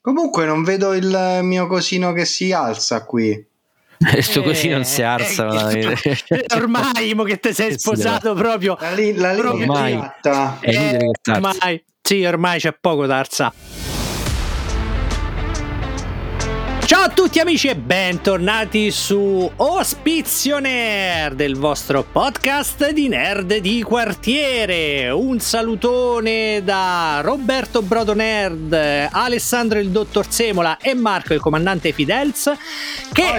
Comunque non vedo il mio cosino che si alza qui. Sto così non si alza ormai mo che te sei sposato proprio la linea ormai è inutile che ormai sì, ormai c'è poco da alzare. Ciao a tutti amici e bentornati su Ospizio Nerd, il vostro podcast di nerd di quartiere. Un salutone da Roberto Brodo Nerd, Alessandro il Dottor Semola e Marco il Comandante Fidels, che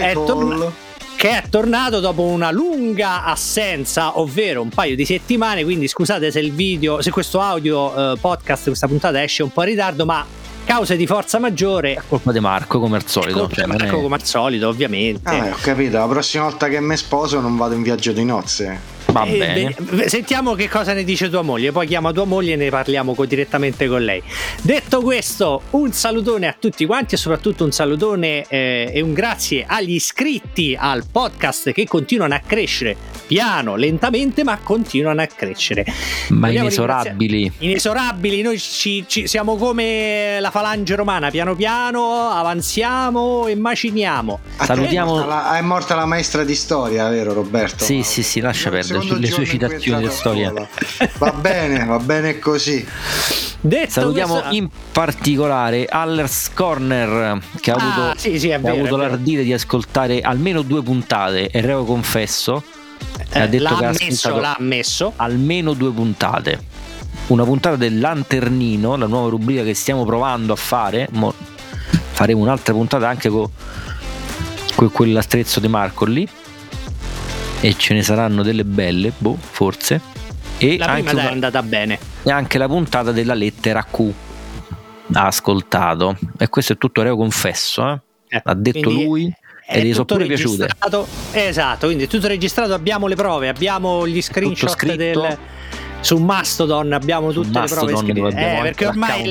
è tornato dopo una lunga assenza, ovvero un paio di settimane, quindi scusate se questo audio podcast, questa puntata esce un po' in ritardo, ma cause di forza maggiore è colpa di Marco come al solito, come al solito, ovviamente. Ho capito, la prossima volta che mi sposo non vado in viaggio di nozze. Va bene. Sentiamo che cosa ne dice tua moglie, poi chiama tua moglie e ne parliamo direttamente con lei. Detto questo, un salutone a tutti quanti e soprattutto un salutone e un grazie agli iscritti al podcast che continuano a crescere piano, lentamente, ma continuano a crescere. Ma inesorabili. Inesorabili, noi siamo come la falange romana, piano piano avanziamo e maciniamo. Salutiamo. È morta la maestra di storia, vero Roberto? Sì, lascia perdere le sue citazioni di storia. Va bene così. Salutiamo in particolare Allers Corner che ha avuto l'ardire di ascoltare almeno 2 puntate e revo confesso ha detto l'ha ammesso almeno 2 puntate. Una puntata del Lanternino, la nuova rubrica che stiamo provando a fare. Faremo un'altra puntata anche con quell'attrezzo di Marco lì e ce ne saranno delle belle, forse. E la prima è andata bene. E anche la puntata della lettera Q ha ascoltato, e questo è tutto reo confesso, ha detto lui e gli sono pure piaciute. Esatto, quindi è tutto registrato, abbiamo le prove, abbiamo gli screenshot su Mastodon, abbiamo tutte le prove scritte, perché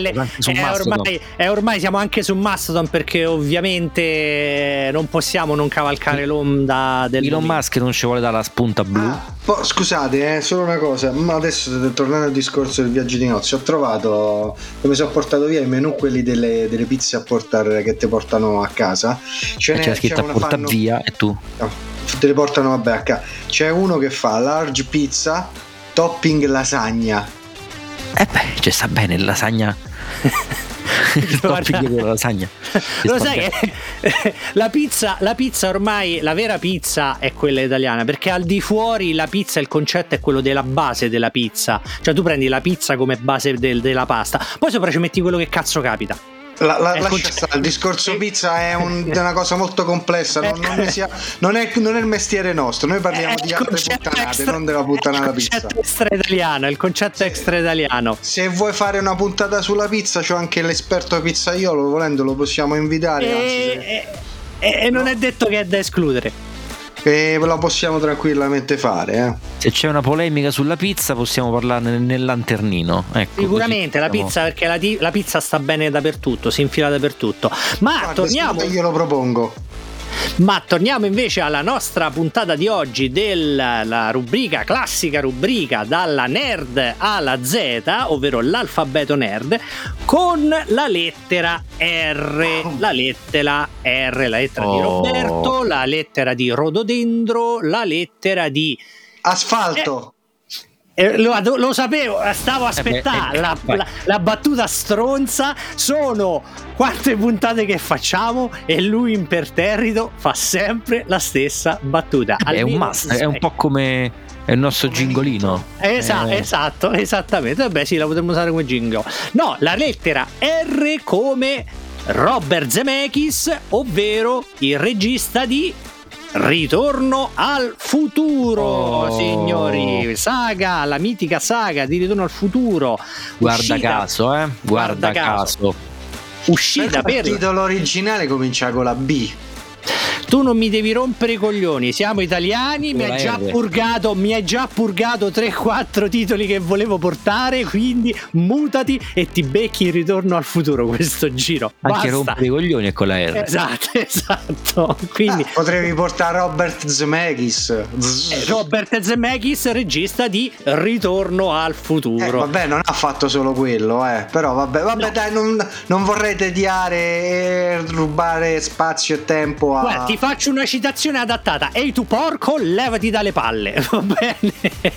ormai siamo anche su Mastodon, perché ovviamente non possiamo non cavalcare l'onda del Elon Musk non ci vuole dare la spunta blu. Scusate, solo una cosa, ma adesso tornando al discorso del viaggio di nozze, ho trovato, come sono portato via i menù, quelli delle pizze a portare, che ti portano a casa. C'è scritto a porta via e tu te le portano a casa. C'è uno che fa large pizza topping lasagna. Ci sta bene il lasagna. Il topping della lasagna. Lo sai che la pizza ormai, la vera pizza è quella italiana, perché al di fuori la pizza, il concetto è quello della base della pizza, cioè tu prendi la pizza come base della pasta, poi sopra ci metti quello che cazzo capita. Lascia stare, il discorso pizza è una cosa molto complessa, non è il mestiere nostro, noi parliamo di altre puttanate, non della puttanata pizza. Il concetto extra italiano. Se vuoi fare una puntata sulla pizza, c'ho anche l'esperto pizzaiolo, volendo lo possiamo invitare, e non è detto che è da escludere. E la possiamo tranquillamente fare. Se c'è una polemica sulla pizza possiamo parlarne nel Lanternino, ecco, sicuramente la pizza, perché la pizza sta bene dappertutto, si infila dappertutto. Torniamo, glielo propongo. Ma torniamo invece alla nostra puntata di oggi, della classica rubrica dalla nerd alla Z, ovvero l'alfabeto nerd, con la lettera R. La lettera di Roberto, la lettera di Rododendro, la lettera di asfalto. Lo sapevo, stavo aspettando la battuta stronza. Sono quante puntate che facciamo e lui imperterrito fa sempre la stessa battuta. È un must, è un po' come il nostro gingolino. Esatto, esattamente. Vabbè, sì, la potremmo usare come jingle. No, la lettera R come Robert Zemeckis, ovvero il regista di Ritorno al futuro, signori, la mitica saga di Ritorno al futuro. Guarda caso. Uscita per il titolo originale comincia con la B. tu non mi devi rompere i coglioni, siamo italiani, mi hai già purgato 3-4 titoli che volevo portare, quindi mutati e ti becchi il Ritorno al futuro questo giro. Anche rompere i coglioni è con la R. Esatto. Quindi potevi portare Robert Zemeckis. Robert Zemeckis, regista di Ritorno al futuro. Vabbè, non ha fatto solo quello, però vabbè no. Dai, non vorrei tediare e rubare spazio e tempo a... Guarda, ti faccio una citazione adattata. Ehi tu porco, levati dalle palle. Va bene?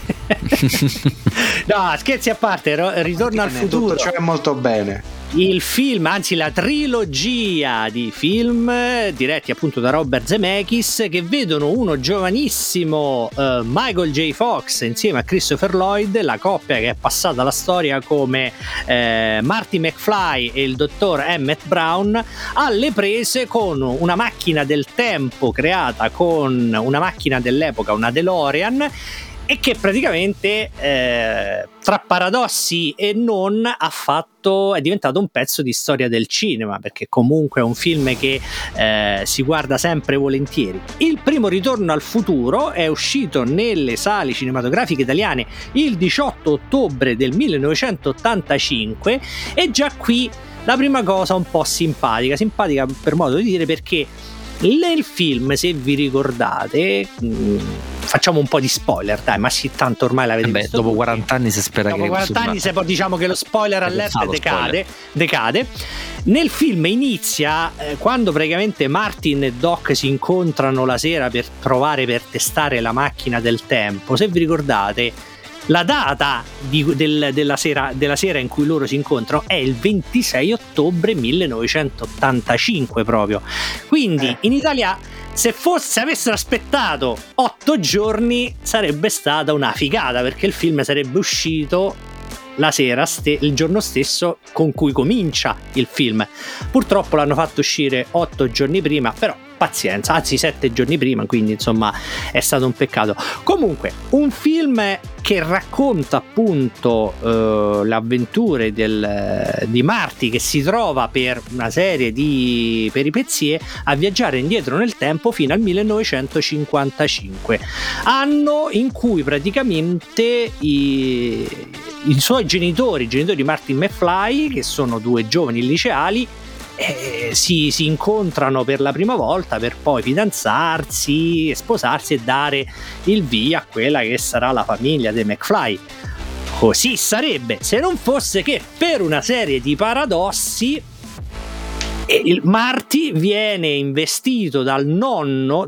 No, scherzi a parte, Ritorno al futuro. Tutto ciò è molto bene. Il film, anzi la trilogia di film diretti appunto da Robert Zemeckis, che vedono uno giovanissimo Michael J. Fox insieme a Christopher Lloyd, la coppia che è passata alla storia come Marty McFly e il dottor Emmett Brown, alle prese con una macchina del tempo creata con una macchina dell'epoca, una DeLorean, e che praticamente tra paradossi e non è diventato un pezzo di storia del cinema, perché comunque è un film che si guarda sempre volentieri. Il primo Ritorno al futuro è uscito nelle sale cinematografiche italiane il 18 ottobre del 1985 e già qui la prima cosa un po' simpatica per modo di dire, perché nel film, se vi ricordate, facciamo un po' di spoiler, dai, ma sì, tanto ormai l'avete visto. Dopo 40 anni si spera dopo 40 anni diciamo che lo spoiler alert decade. Nel film inizia quando praticamente Martin e Doc si incontrano la sera per testare la macchina del tempo. Se vi ricordate, la data della sera in cui loro si incontrano è il 26 ottobre 1985 proprio. Quindi in Italia, se avessero aspettato 8 giorni sarebbe stata una figata, perché il film sarebbe uscito la sera, il giorno stesso con cui comincia il film. Purtroppo l'hanno fatto uscire 8 giorni prima, però pazienza, anzi 7 giorni prima, quindi insomma è stato un peccato. Comunque un film che racconta appunto le avventure di Marty, che si trova per una serie di peripezie a viaggiare indietro nel tempo fino al 1955, anno in cui praticamente i suoi genitori, i genitori di Martin McFly, che sono due giovani liceali, si incontrano per la prima volta per poi fidanzarsi, sposarsi e dare il via a quella che sarà la famiglia dei McFly. Così sarebbe se non fosse che per una serie di paradossi il Marty viene investito dal nonno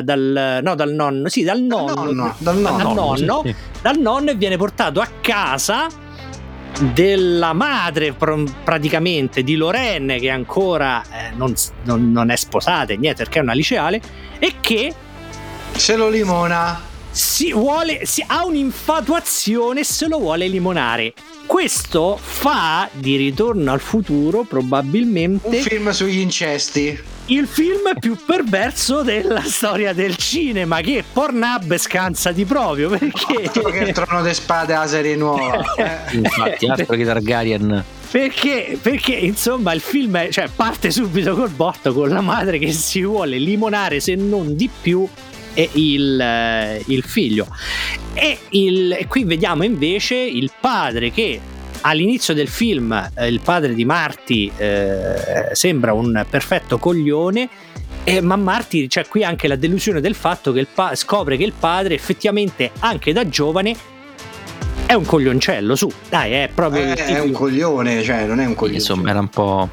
e viene portato a casa della madre praticamente di Lorraine, che ancora non è sposata e niente, perché è una liceale, e che se lo limona, ha un'infatuazione e se lo vuole limonare. Questo fa di Ritorno al futuro probabilmente un film sugli incesti, il film più perverso della storia del cinema, che Pornhub scansa di proprio, perché che il Trono de Spade è la serie nuova. Infatti, altro che Targaryen. Perché insomma il film parte subito col botto, con la madre che si vuole limonare, se non di più, e il figlio. E qui vediamo invece il padre che all'inizio del film, il padre di Marty, sembra un perfetto coglione, ma Marty, c'è qui anche la delusione del fatto che scopre che il padre effettivamente anche da giovane è un coglioncello, su, dai, è proprio è un coglione, non è un coglione, insomma, era un po'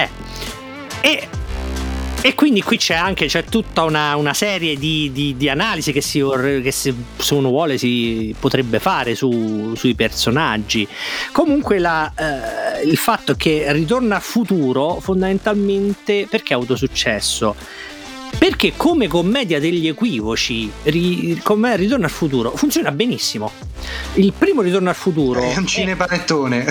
E quindi qui c'è tutta una serie di analisi che se uno vuole si potrebbe fare sui personaggi. Comunque il fatto che Ritorno al futuro fondamentalmente perché ha avuto successo? Perché come commedia degli equivoci, come Ritorno al futuro funziona benissimo. Il primo Ritorno al futuro è un cinepanettone.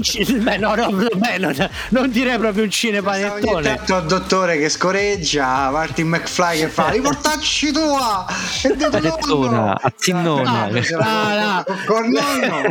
Non direi proprio un cinepanettone. Ogni tanto il dottore che scoreggia, Martin McFly che fa riportacci tua a zinnona col nonno.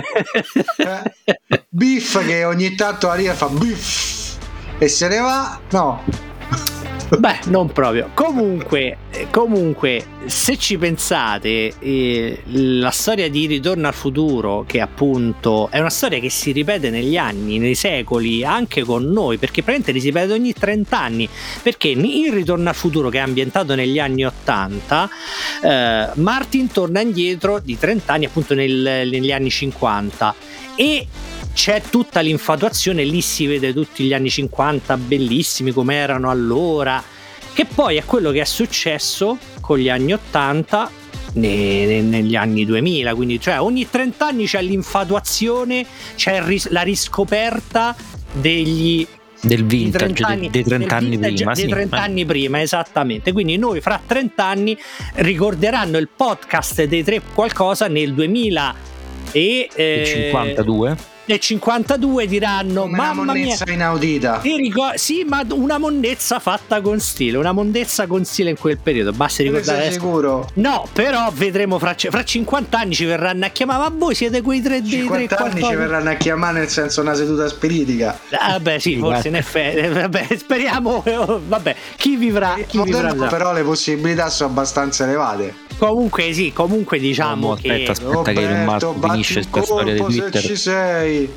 Biff che ogni tanto arriva e fa biff e se ne va. No, Beh, non proprio. Comunque, se ci pensate, la storia di Ritorno al futuro, che appunto è una storia che si ripete negli anni, nei secoli, anche con noi, perché praticamente si ripete ogni 30 anni, perché in Ritorno al futuro, che è ambientato negli anni 80, Martin torna indietro di 30 anni, appunto negli anni 50, e c'è tutta l'infatuazione, lì si vede tutti gli anni 50 bellissimi come erano allora, che poi è quello che è successo con gli anni 80 negli anni 2000, quindi cioè ogni 30 anni c'è l'infatuazione, c'è la riscoperta del vintage dei 30 anni prima, dei 30 anni prima, esattamente. Quindi noi fra 30 anni ricorderanno il podcast dei tre qualcosa nel 2052. Nel 52 diranno una monnezza inaudita. Sì, ma una monnezza fatta con stile, una monnezza con stile in quel periodo. Basta ricordare. Sei sicuro? No, però vedremo fra 50 anni ci verranno a chiamare. Ma voi siete quei 3 dei 50 anni ci verranno a chiamare, nel senso una seduta spiritica. Vabbè, sì, forse in effetti. Vabbè, speriamo. Vabbè, chi vivrà. Però le possibilità sono abbastanza elevate. Comunque diciamo aspetta che non finisce questa storia di Twitter. Se ci sei.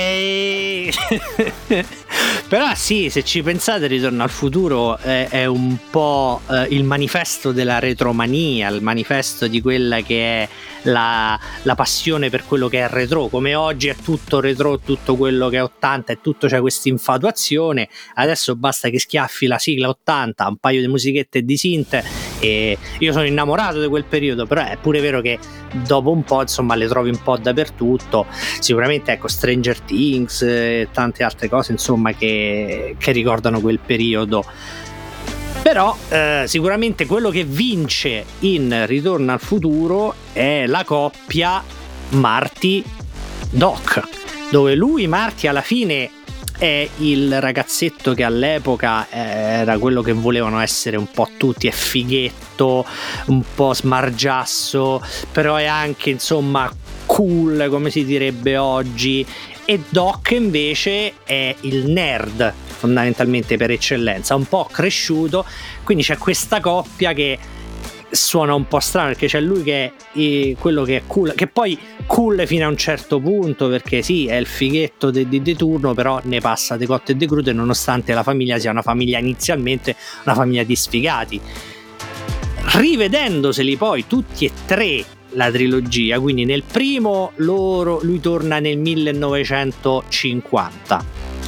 Però sì, se ci pensate, Ritorno al futuro è un po' il manifesto della retromania, il manifesto di quella che è la passione per quello che è retro. Come oggi è tutto retro, tutto quello che è 80 e tutto, c'è questa infatuazione. Adesso basta che schiaffi la sigla 80, un paio di musichette di synth, e io sono innamorato di quel periodo. Però è pure vero che dopo un po', insomma, le trovi un po' dappertutto. Sicuramente, ecco, Stranger Things e tante altre cose, insomma, che ricordano quel periodo. Però sicuramente quello che vince in Ritorno al futuro è la coppia Marty-Doc, dove Marty alla fine è il ragazzetto che all'epoca era quello che volevano essere un po' tutti, è fighetto, un po' smargiasso, però è anche, insomma, cool, come si direbbe oggi. E Doc invece è il nerd, fondamentalmente, per eccellenza, un po' cresciuto. Quindi c'è questa coppia che suona un po' strano, perché c'è lui che è quello che è cool, che poi cool fino a un certo punto, perché sì, è il fighetto di turno, però ne passa de cotte e de crude, nonostante la famiglia sia una famiglia, inizialmente una famiglia di sfigati. Rivedendoseli poi tutti e tre la trilogia, quindi nel primo lui torna nel 1950,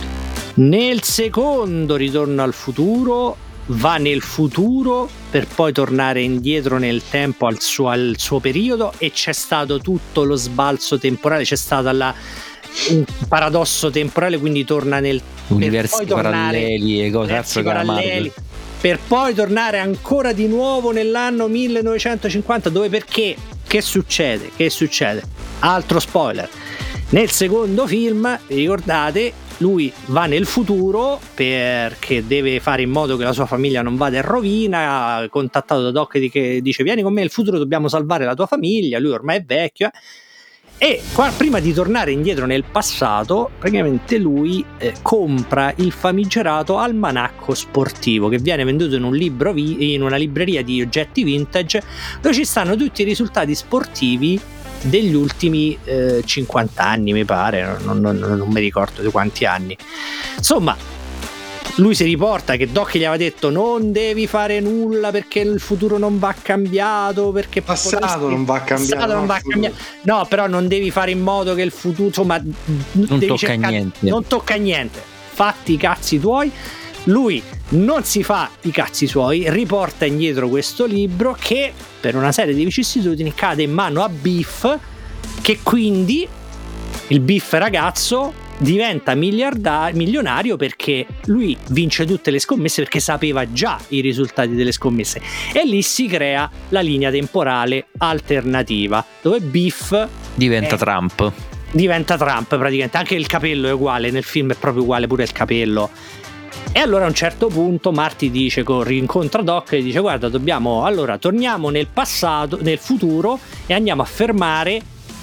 nel secondo Ritorno al futuro va nel futuro per poi tornare indietro nel tempo al suo periodo, e c'è stato tutto lo sbalzo temporale, c'è stato un paradosso temporale, quindi torna nel universi paralleli e cose paralleli, per poi tornare ancora di nuovo nell'anno 1950, dove perché? Che succede? Altro spoiler. Nel secondo film, ricordate, lui va nel futuro perché deve fare in modo che la sua famiglia non vada in rovina, contattato da Doc che dice vieni con me nel futuro, dobbiamo salvare la tua famiglia. Lui ormai è vecchio, e prima di tornare indietro nel passato, praticamente lui compra il famigerato almanacco sportivo, che viene venduto in un libro in una libreria di oggetti vintage, dove ci stanno tutti i risultati sportivi degli ultimi 50 anni, mi pare, non mi ricordo di quanti anni. Insomma, lui si riporta che Doc gli aveva detto non devi fare nulla perché il futuro non va cambiato, perché non va cambiato. No, però non devi fare in modo che il futuro, insomma, non tocca niente, fatti i cazzi tuoi. Lui non si fa i cazzi suoi, riporta indietro questo libro che per una serie di vicissitudini cade in mano a Biff, che quindi il Biff ragazzo diventa milionario perché lui vince tutte le scommesse, perché sapeva già i risultati delle scommesse, e lì si crea la linea temporale alternativa dove Biff diventa Trump praticamente. Anche il capello è uguale, nel film è proprio uguale pure il capello. E allora a un certo punto Marty rincontra Doc e dice guarda, torniamo nel passato, nel futuro, e andiamo a fermare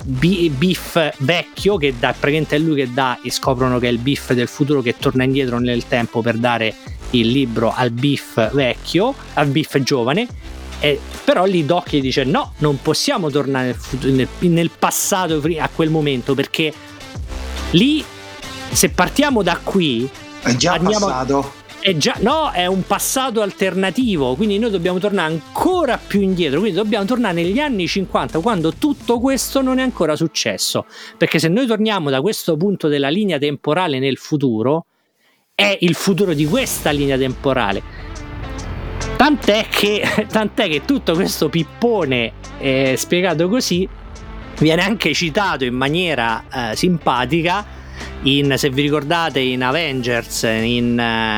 Biff vecchio, che praticamente è lui che dà, e scoprono che è il Biff del futuro che torna indietro nel tempo per dare il libro al Biff vecchio, al Biff giovane, però lì Doc gli dice no, non possiamo tornare nel passato a quel momento, perché lì se partiamo da qui è già passato. È un passato alternativo, quindi noi dobbiamo tornare ancora più indietro, quindi dobbiamo tornare negli anni 50, quando tutto questo non è ancora successo, perché se noi torniamo da questo punto della linea temporale nel futuro, è il futuro di questa linea temporale, tant'è che tutto questo pippone spiegato così viene anche citato in maniera simpatica se vi ricordate, in Avengers, in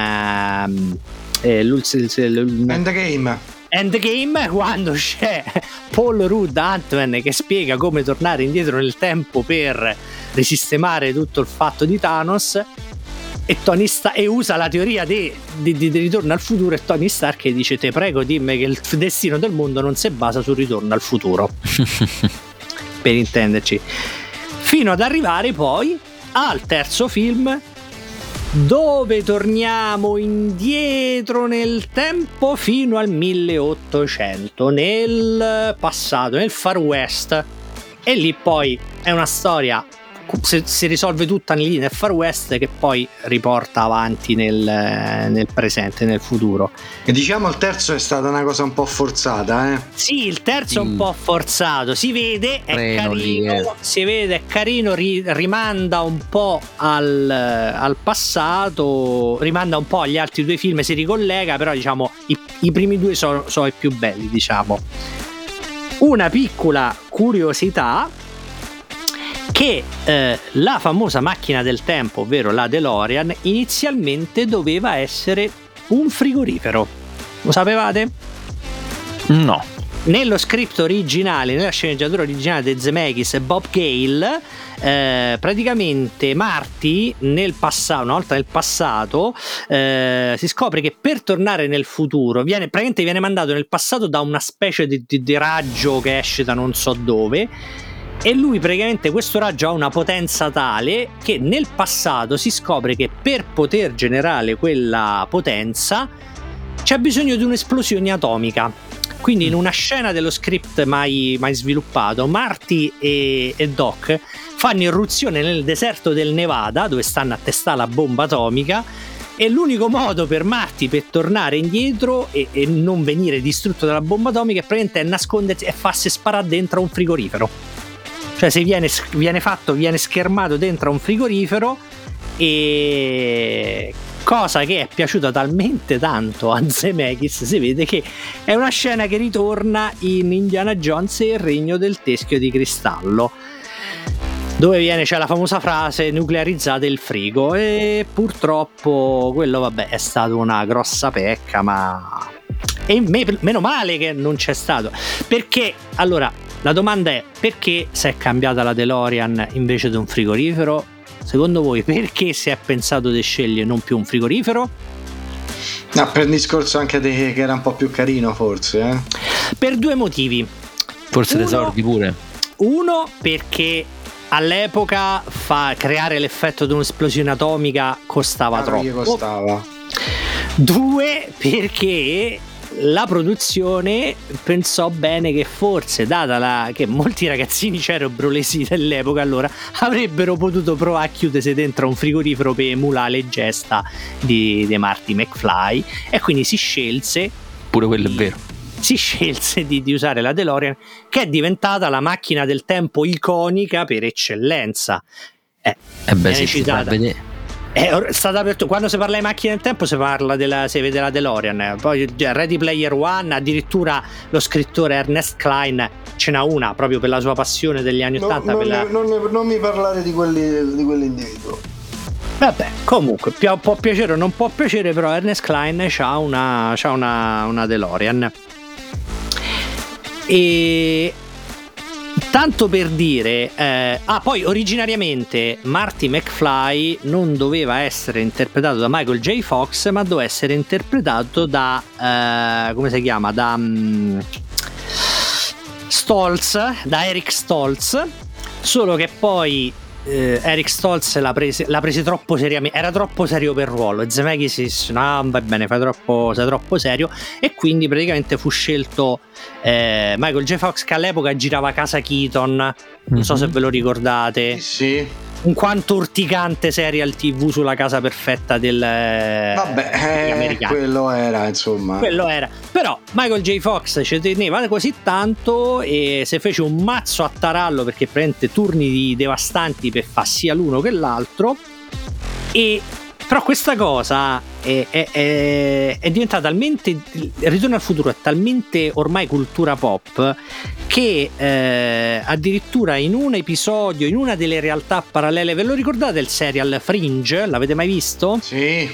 Endgame, quando c'è Paul Rudd Ant-Man che spiega come tornare indietro nel tempo per risistemare tutto il fatto di Thanos, e usa la teoria di ritorno al futuro, e Tony Stark che dice: te prego dimmi che il destino del mondo non si basa sul ritorno al futuro. Per intenderci, fino ad arrivare poi al terzo film, dove torniamo indietro nel tempo fino al 1800, nel passato, nel Far West, e lì poi è una storia, si risolve tutta lì nel Far West, che poi riporta avanti nel presente, nel futuro. E diciamo il terzo è stata una cosa un po' forzata, Sì, il terzo è un po' forzato, si vede, è carino, rimanda un po' al passato, rimanda un po' agli altri due film, si ricollega, però diciamo i primi due sono i più belli, diciamo. Una piccola curiosità, che la famosa macchina del tempo, ovvero la DeLorean, inizialmente doveva essere un frigorifero. Lo sapevate? No. Nello script originale, nella sceneggiatura originale di Zemeckis e Bob Gale, praticamente Marty una volta nel passato si scopre che per tornare nel futuro viene mandato nel passato da una specie di raggio che esce da non so dove. E lui praticamente, questo raggio ha una potenza tale che nel passato si scopre che per poter generare quella potenza c'è bisogno di un'esplosione atomica. Quindi in una scena dello script mai sviluppato, Marty e Doc fanno irruzione nel deserto del Nevada, dove stanno a testare la bomba atomica, e l'unico modo per Marty per tornare indietro e non venire distrutto dalla bomba atomica è praticamente nascondersi e farsi sparare dentro un frigorifero. Cioè se viene schermato dentro a un frigorifero, e cosa che è piaciuta talmente tanto a Zemeckis, si vede che è una scena che ritorna in Indiana Jones e il regno del teschio di cristallo, dove c'è la famosa frase nuclearizzate il frigo, e purtroppo quello è stato una grossa pecca, ma meno male che non c'è stato, perché allora la domanda è: perché si è cambiata la DeLorean invece di un frigorifero? Secondo voi perché si è pensato di scegliere non più un frigorifero? No, per il discorso anche che era un po' più carino, forse. Per due motivi. Forse dei soldi pure. Uno, perché all'epoca creare l'effetto di un'esplosione atomica costava troppo. Due, perché la produzione pensò bene che forse, data che molti ragazzini cerebrolesi dell'epoca allora avrebbero potuto provare a chiudersi dentro un frigorifero per emulare le gesta di Marty McFly, e quindi si scelse, pure quello è vero, si scelse di usare la DeLorean, che è diventata la macchina del tempo iconica per eccellenza. È stata aperta. Quando si parla di macchine del tempo si vede la DeLorean. Poi Ready Player One, addirittura lo scrittore Ernest Cline ce n'ha una proprio per la sua passione degli anni 80. Non mi parlare di quell'individuo. Vabbè, comunque può piacere o non può piacere, però Ernest Cline c'ha una DeLorean. E tanto per dire, poi originariamente Marty McFly non doveva essere interpretato da Michael J. Fox, ma doveva essere interpretato da come si chiama? Da Stoltz, da Eric Stoltz, solo che poi Eric Stoltz l'ha prese troppo seriamente, era troppo serio per il ruolo, e Zemeckis disse no, va bene, sei troppo serio, e quindi praticamente fu scelto Michael J. Fox, che all'epoca girava Casa Keaton, non so se ve lo ricordate. Sì. Un quanto urticante serial TV sulla casa perfetta degli americani. Quello era, insomma. Però Michael J. Fox ci teneva così tanto e si fece un mazzo a tarallo, perché prende turni devastanti per fare sia l'uno che l'altro. Però questa cosa è diventata talmente, il Ritorno al futuro è talmente ormai cultura pop che addirittura in un episodio, in una delle realtà parallele, ve lo ricordate il serial Fringe? L'avete mai visto? Sì.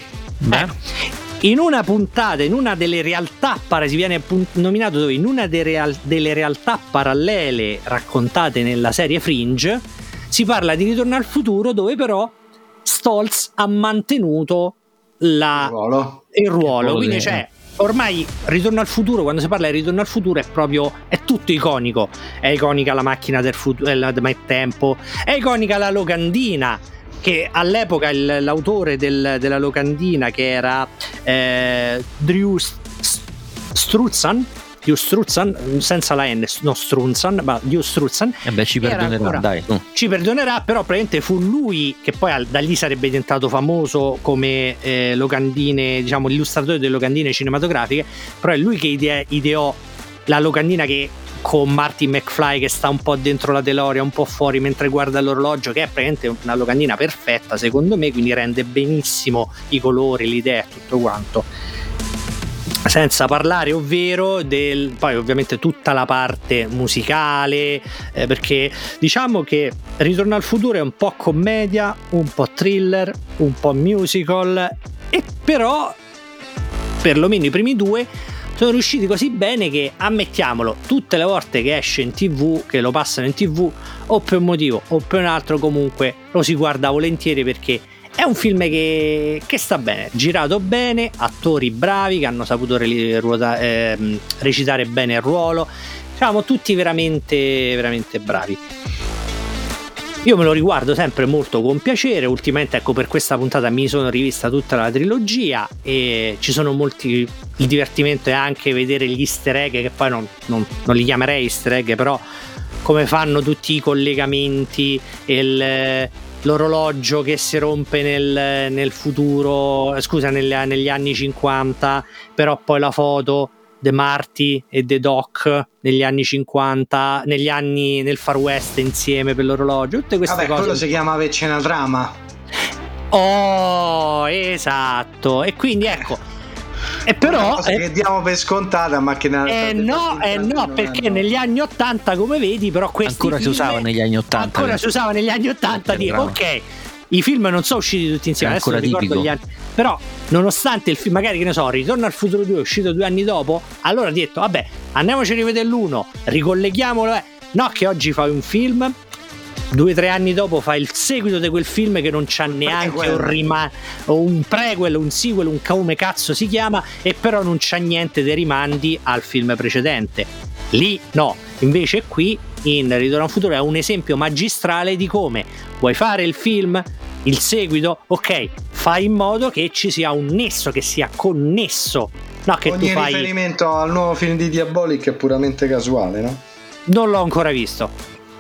In una puntata, in una delle realtà si viene nominato dove in una delle realtà parallele raccontate nella serie Fringe si parla di Ritorno al futuro, dove però Stoltz ha mantenuto il ruolo. Quindi c'è ormai Ritorno al futuro, quando si parla di Ritorno al futuro è tutto iconico. È iconica la macchina del futuro, del tempo, è iconica la locandina, che all'epoca l'autore della locandina, che era Drew Struzan, senza la N, no, Strunzan, ma Drew Struzan. Ci perdonerà, dai. Ci perdonerà, però praticamente fu lui che poi da lì sarebbe diventato famoso come locandine, diciamo l'illustratore delle locandine cinematografiche, però è lui che ideò la locandina che con Marty McFly che sta un po' dentro la DeLorean, un po' fuori mentre guarda l'orologio, che è praticamente una locandina perfetta secondo me, quindi rende benissimo i colori, l'idea e tutto quanto. Senza parlare ovvero poi ovviamente tutta la parte musicale, perché diciamo che Ritorno al futuro è un po' commedia, un po' thriller, un po' musical, e però perlomeno i primi due sono riusciti così bene che, ammettiamolo, tutte le volte che esce in TV, che lo passano in TV, o per un motivo o per un altro, comunque lo si guarda volentieri, perché è un film che sta bene, girato bene, attori bravi che hanno saputo recitare bene il ruolo, siamo tutti veramente veramente bravi. Io me lo riguardo sempre molto con piacere. Ultimamente, ecco, per questa puntata mi sono rivista tutta la trilogia e ci sono molti. Il divertimento è anche vedere gli easter egg, che poi non li chiamerei easter egg, però come fanno tutti i collegamenti, l'orologio che si rompe nel futuro, scusa, negli anni 50, però poi la foto The Marty e The Doc negli anni 50, nel Far West insieme per l'orologio, tutte queste cose. Quello si chiamava Cennatrama. Oh, esatto. E quindi ecco, e però che diamo per scontata, ma che no, perché negli anni 80, come vedi, però questi ancora film, si usava negli anni 80. Ancora si usava negli anni 80 di ok. I film non sono usciti tutti insieme, adesso non ricordo gli anni, però nonostante il film, magari, che ne so, Ritorno al futuro 2 è uscito 2 anni dopo, allora ho detto vabbè, andiamoci a rivedere l'1, ricolleghiamolo, no, che oggi fai un film, 2-3 anni dopo fai il seguito di quel film che non c'ha neanche un prequel, un sequel, un come cazzo si chiama, e però non c'ha niente dei rimandi al film precedente. Lì no, invece qui in Ritorno al futuro è un esempio magistrale di come vuoi fare il film, il seguito, ok, fai in modo che ci sia un nesso, che sia connesso, no, che ogni tu fai. Riferimento al nuovo film di Diabolic è puramente casuale, no? Non l'ho ancora visto.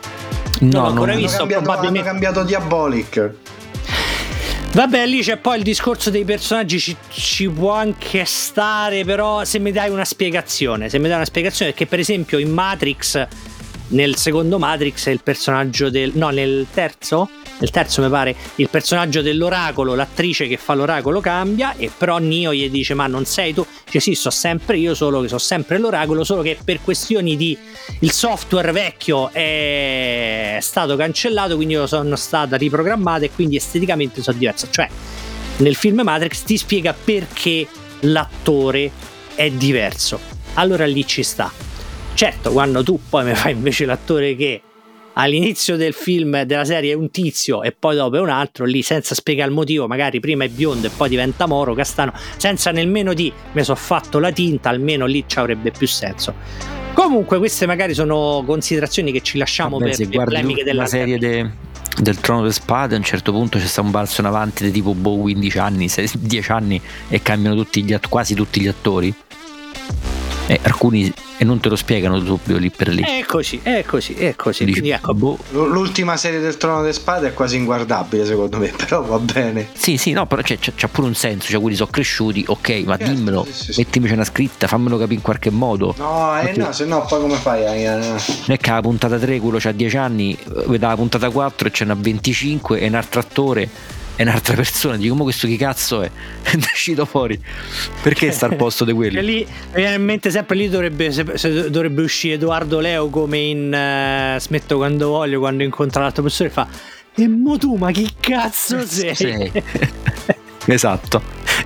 Hanno cambiato Diabolic. Vabbè, lì c'è poi il discorso dei personaggi, ci può anche stare, però se mi dai una spiegazione, perché per esempio in Matrix, nel secondo Matrix, è il personaggio nel terzo mi pare, il personaggio dell'oracolo, l'attrice che fa l'oracolo cambia, e però Neo gli dice ma non sei tu, dice sì, so sempre io, solo che so sempre l'oracolo, solo che per questioni di il software vecchio è stato cancellato, quindi io sono stata riprogrammata e quindi esteticamente sono diverso. Cioè nel film Matrix ti spiega perché l'attore è diverso, allora lì ci sta. Certo, quando tu poi mi fai invece l'attore che all'inizio del film, della serie, è un tizio e poi dopo è un altro, lì senza spiegare il motivo, magari prima è biondo e poi diventa moro, castano, senza nemmeno mi sono fatto la tinta, almeno lì ci avrebbe più senso. Comunque queste magari sono considerazioni che ci lasciamo per le polemiche della serie del Trono delle Spade a un certo punto c'è stato un balzo in avanti di tipo 15 anni, 10 anni e cambiano quasi tutti gli attori, e alcuni e non te lo spiegano subito lì per lì. È così. Dici, quindi ecco, l'ultima serie del Trono delle Spade è quasi inguardabile secondo me, però va bene. Sì, no, però c'ha pure un senso, cioè quelli sono cresciuti, ok, ma dimmelo, sì. mettimici una scritta, fammelo capire in qualche modo. No, no, se no poi come fai? Non è che la puntata 3 quello c'ha 10 anni, vede la puntata 4 e c'è una 25 e un altro attore e un'altra persona, dico, ma questo chi cazzo è uscito fuori, perché sta al posto di quelli? E lì veramente sempre lì dovrebbe uscire Edoardo Leo come in Smetto quando voglio, quando incontra l'altra persona e fa: e mo tu ma chi cazzo sei? Esatto.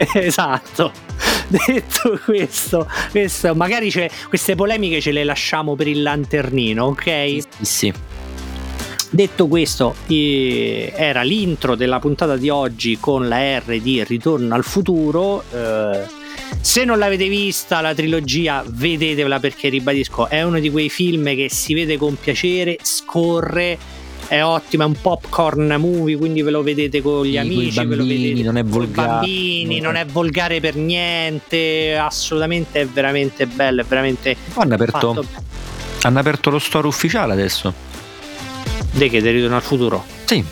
Detto questo magari queste polemiche ce le lasciamo per il lanternino, ok? Sì. Detto questo, era l'intro della puntata di oggi con la R di Ritorno al futuro. Se non l'avete vista la trilogia, vedetevela, perché ribadisco, è uno di quei film che si vede con piacere, scorre, è ottima, è un popcorn movie, quindi ve lo vedete con gli amici, bambini, ve lo vedete non è volgare, bambini, non è volgare per niente, assolutamente, è veramente bello, è veramente hanno aperto lo store ufficiale adesso. Di che? Di Ritorno al futuro? Sì.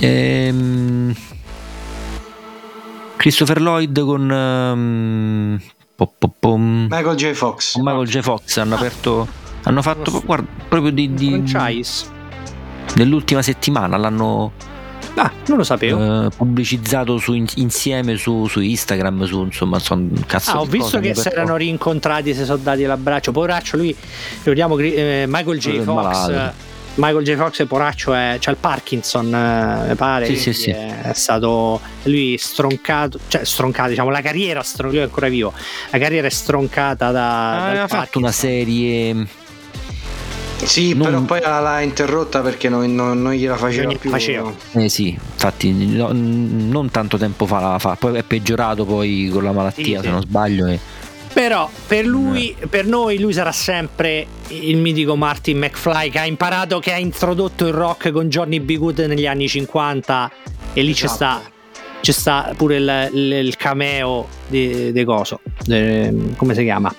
Christopher Lloyd con Michael J. Fox. Hanno aperto, hanno fatto proprio di franchise. Nell'ultima settimana l'hanno non lo sapevo. Pubblicizzato insieme su Instagram, insomma sono un cazzo ho visto che si erano rincontrati, si sono dati l'abbraccio. Poveraccio lui, ricordiamo Michael J. Fox. Michael J. Fox, poraccio, c'ha il Parkinson, mi pare. Sì. È stato lui stroncato, diciamo, la carriera, lui è ancora vivo, la carriera è stroncata aveva fatto una serie. Sì, però poi l'ha interrotta perché non gliela faceva più. Sì, infatti non tanto tempo fa l'ha fatto, poi è peggiorato poi con la malattia, se non sbaglio. Però per noi lui sarà sempre il mitico Martin McFly, che ha introdotto il rock con Johnny B. Good negli anni 50, e lì c'è sta pure il cameo di coso, come si chiama?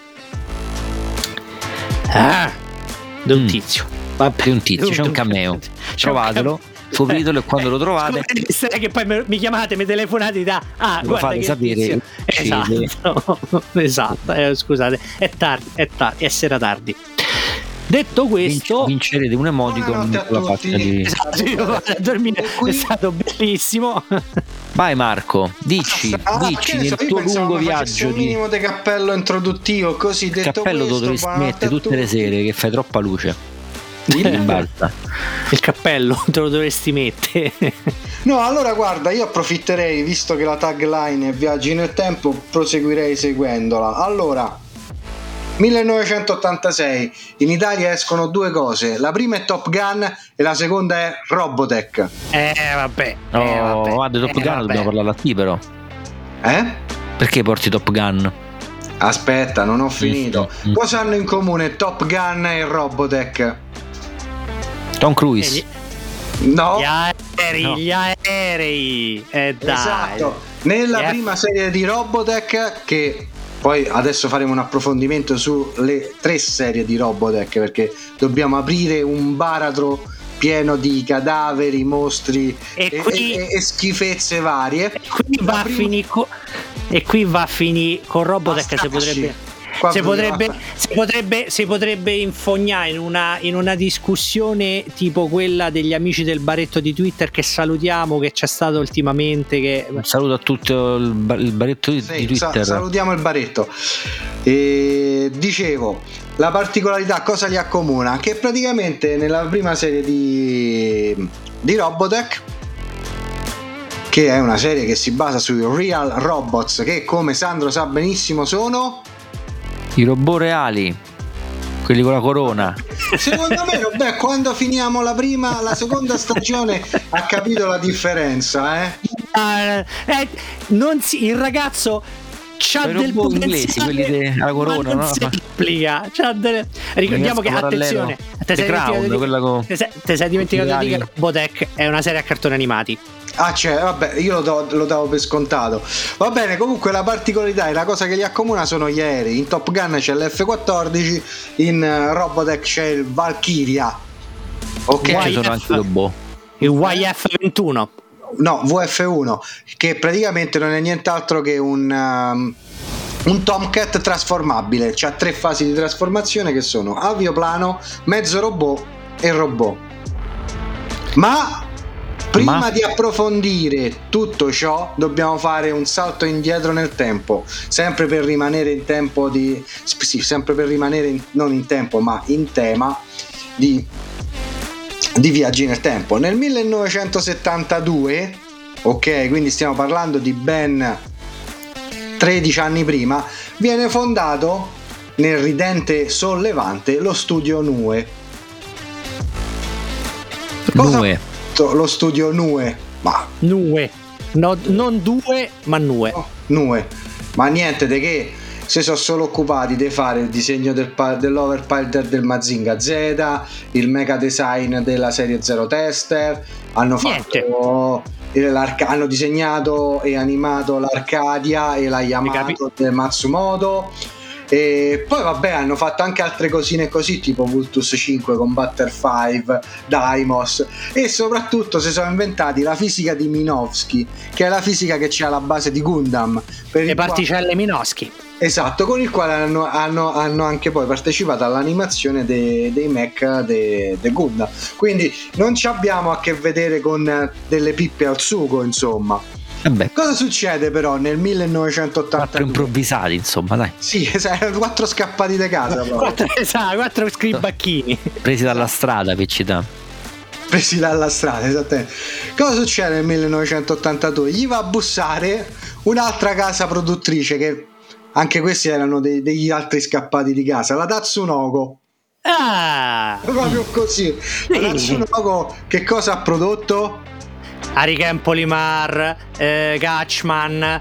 Di un tizio. Di un tizio, c'è un cameo. Trovatelo, scopritelo, e quando lo trovate che poi mi chiamate, mi telefonate da lo fate sapere. Esatto. Scusate, è tardi, è sera tardi. Detto questo, vincerete un emoticon con la faccia di dormire. È stato bellissimo. Vai Marco, dici nel tuo lungo viaggio un minimo di cappello introduttivo, così detto. Il cappello lo dovresti mettere tutte le sere, che fai troppa luce. Il cappello te lo dovresti mettere. No, allora guarda, io approfitterei, visto che la tagline è viaggi nel tempo, proseguirei seguendola. Allora, 1986, in Italia escono due cose, la prima è Top Gun e la seconda è Robotech. Vabbè. Guarda, Top Gun dobbiamo parlare a te, però. Perché porti Top Gun? Aspetta, non ho finito. Cosa hanno in comune Top Gun e Robotech? Tom Cruise. No. Gli aerei. Dai. Esatto. Nella prima serie di Robotech, che poi adesso faremo un approfondimento sulle 3 serie di Robotech, perché dobbiamo aprire un baratro pieno di cadaveri, mostri e schifezze varie. E qui va a finire con Robotech. Si potrebbe infognare in una discussione tipo quella degli amici del baretto di Twitter, che salutiamo, che c'è stato ultimamente. Un saluto a tutto il baretto di Twitter. Salutiamo il baretto. Dicevo, la particolarità cosa li accomuna? Che praticamente nella prima serie di Robotech, che è una serie che si basa sui real robots, che come Sandro sa benissimo sono i robot reali, quelli con la corona. Secondo me quando finiamo la seconda stagione ha capito la differenza, il ragazzo c'ha del inglesi, quelli della corona, no? Si applica. Ricordiamo che, attenzione, te sei dimenticato di dire che Robotech è una serie a cartoni animati. Vabbè, io lo davo per scontato. Va bene, comunque la particolarità e la cosa che li accomuna sono gli aerei. In Top Gun c'è l'F-14, in Robotech c'è il Valkyria. Ok, ci sono anche i robot. Il YF-21. No, VF-1, che praticamente non è nient'altro che un Tomcat trasformabile. C'ha 3 fasi di trasformazione che sono avioplano, mezzo robot e robot. Ma prima di approfondire tutto ciò dobbiamo fare un salto indietro nel tempo, sempre per rimanere in tempo non in tempo ma in tema di viaggi nel tempo. Nel 1972, ok, quindi stiamo parlando di ben 13 anni prima, viene fondato nel ridente Sollevante lo studio NUE. Lo studio NUE? Ma NUE, no, non due ma NUE. No, NUE, ma niente di che. Si sono solo occupati di fare il disegno dell'Overpilot del Mazinga Z, il mega design della serie Zero Tester, hanno disegnato e animato l'Arcadia e la Yamato del Matsumoto, e poi vabbè hanno fatto anche altre cosine così, tipo Vultus 5, Combatter 5, Daimos, e soprattutto si sono inventati la fisica di Minovsky, che è la fisica che c'è alla base di Gundam, le particelle Minovsky. Esatto, con il quale hanno anche poi partecipato all'animazione dei mech de Gundam. Quindi non ci abbiamo a che vedere con delle pippe al sugo, insomma. Cosa succede però nel 1980? 4 improvvisati, insomma, dai. Sì, 4 scappati di casa. 4 scribacchini presi dalla strada, piccità. Presi dalla strada, esattamente. Cosa succede nel 1982? Gli va a bussare un'altra casa produttrice, che anche questi erano degli altri scappati di casa, la Tatsunoko. Proprio così. La Tatsunoko che cosa ha prodotto? Hurricane Polimar, Gatchman,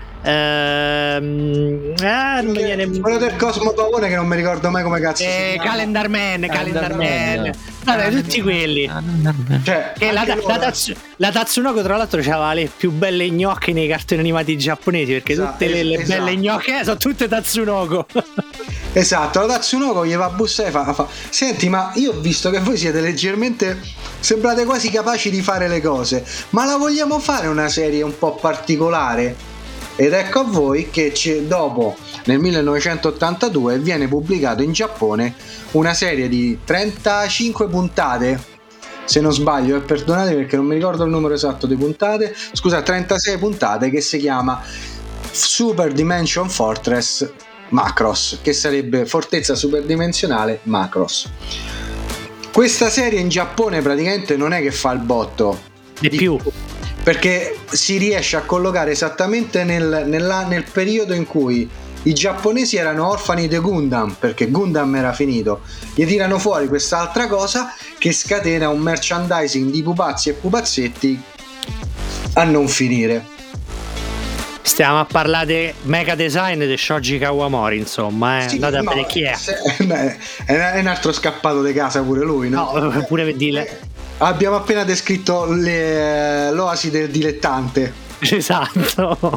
quello del Cosmo Pavone che non mi ricordo mai come cazzo si chiama. Calendar Man. Vabbè, tutti quelli. Cioè, che la Tatsunoko tra l'altro c'aveva le più belle gnocche nei cartoni animati giapponesi, perché tutte le belle gnocche sono tutte Tatsunoko. Esatto, la Tatsunoko gli va a bussare e fa: senti, ma io ho visto che voi siete leggermente, sembrate quasi capaci di fare le cose, ma la vogliamo fare una serie un po' particolare? Ed ecco a voi che dopo, nel 1982, viene pubblicato in Giappone una serie di 35 puntate, se non sbaglio, e perdonate perché non mi ricordo il numero esatto di puntate, scusa, 36 puntate, che si chiama Super Dimension Fortress Macross, che sarebbe fortezza superdimensionale Macross. Questa serie in Giappone praticamente non è che fa il botto di più, perché si riesce a collocare esattamente nel periodo in cui i giapponesi erano orfani di Gundam, perché Gundam era finito. Gli tirano fuori quest'altra cosa che scatena un merchandising di pupazzi e pupazzetti a non finire. Stiamo a parlare di mega design di Shoji Kawamori, insomma, sì, andate a vedere chi è. È un altro scappato di casa pure lui, no? No, pure per dire. Abbiamo appena descritto l'oasi del dilettante. Esatto.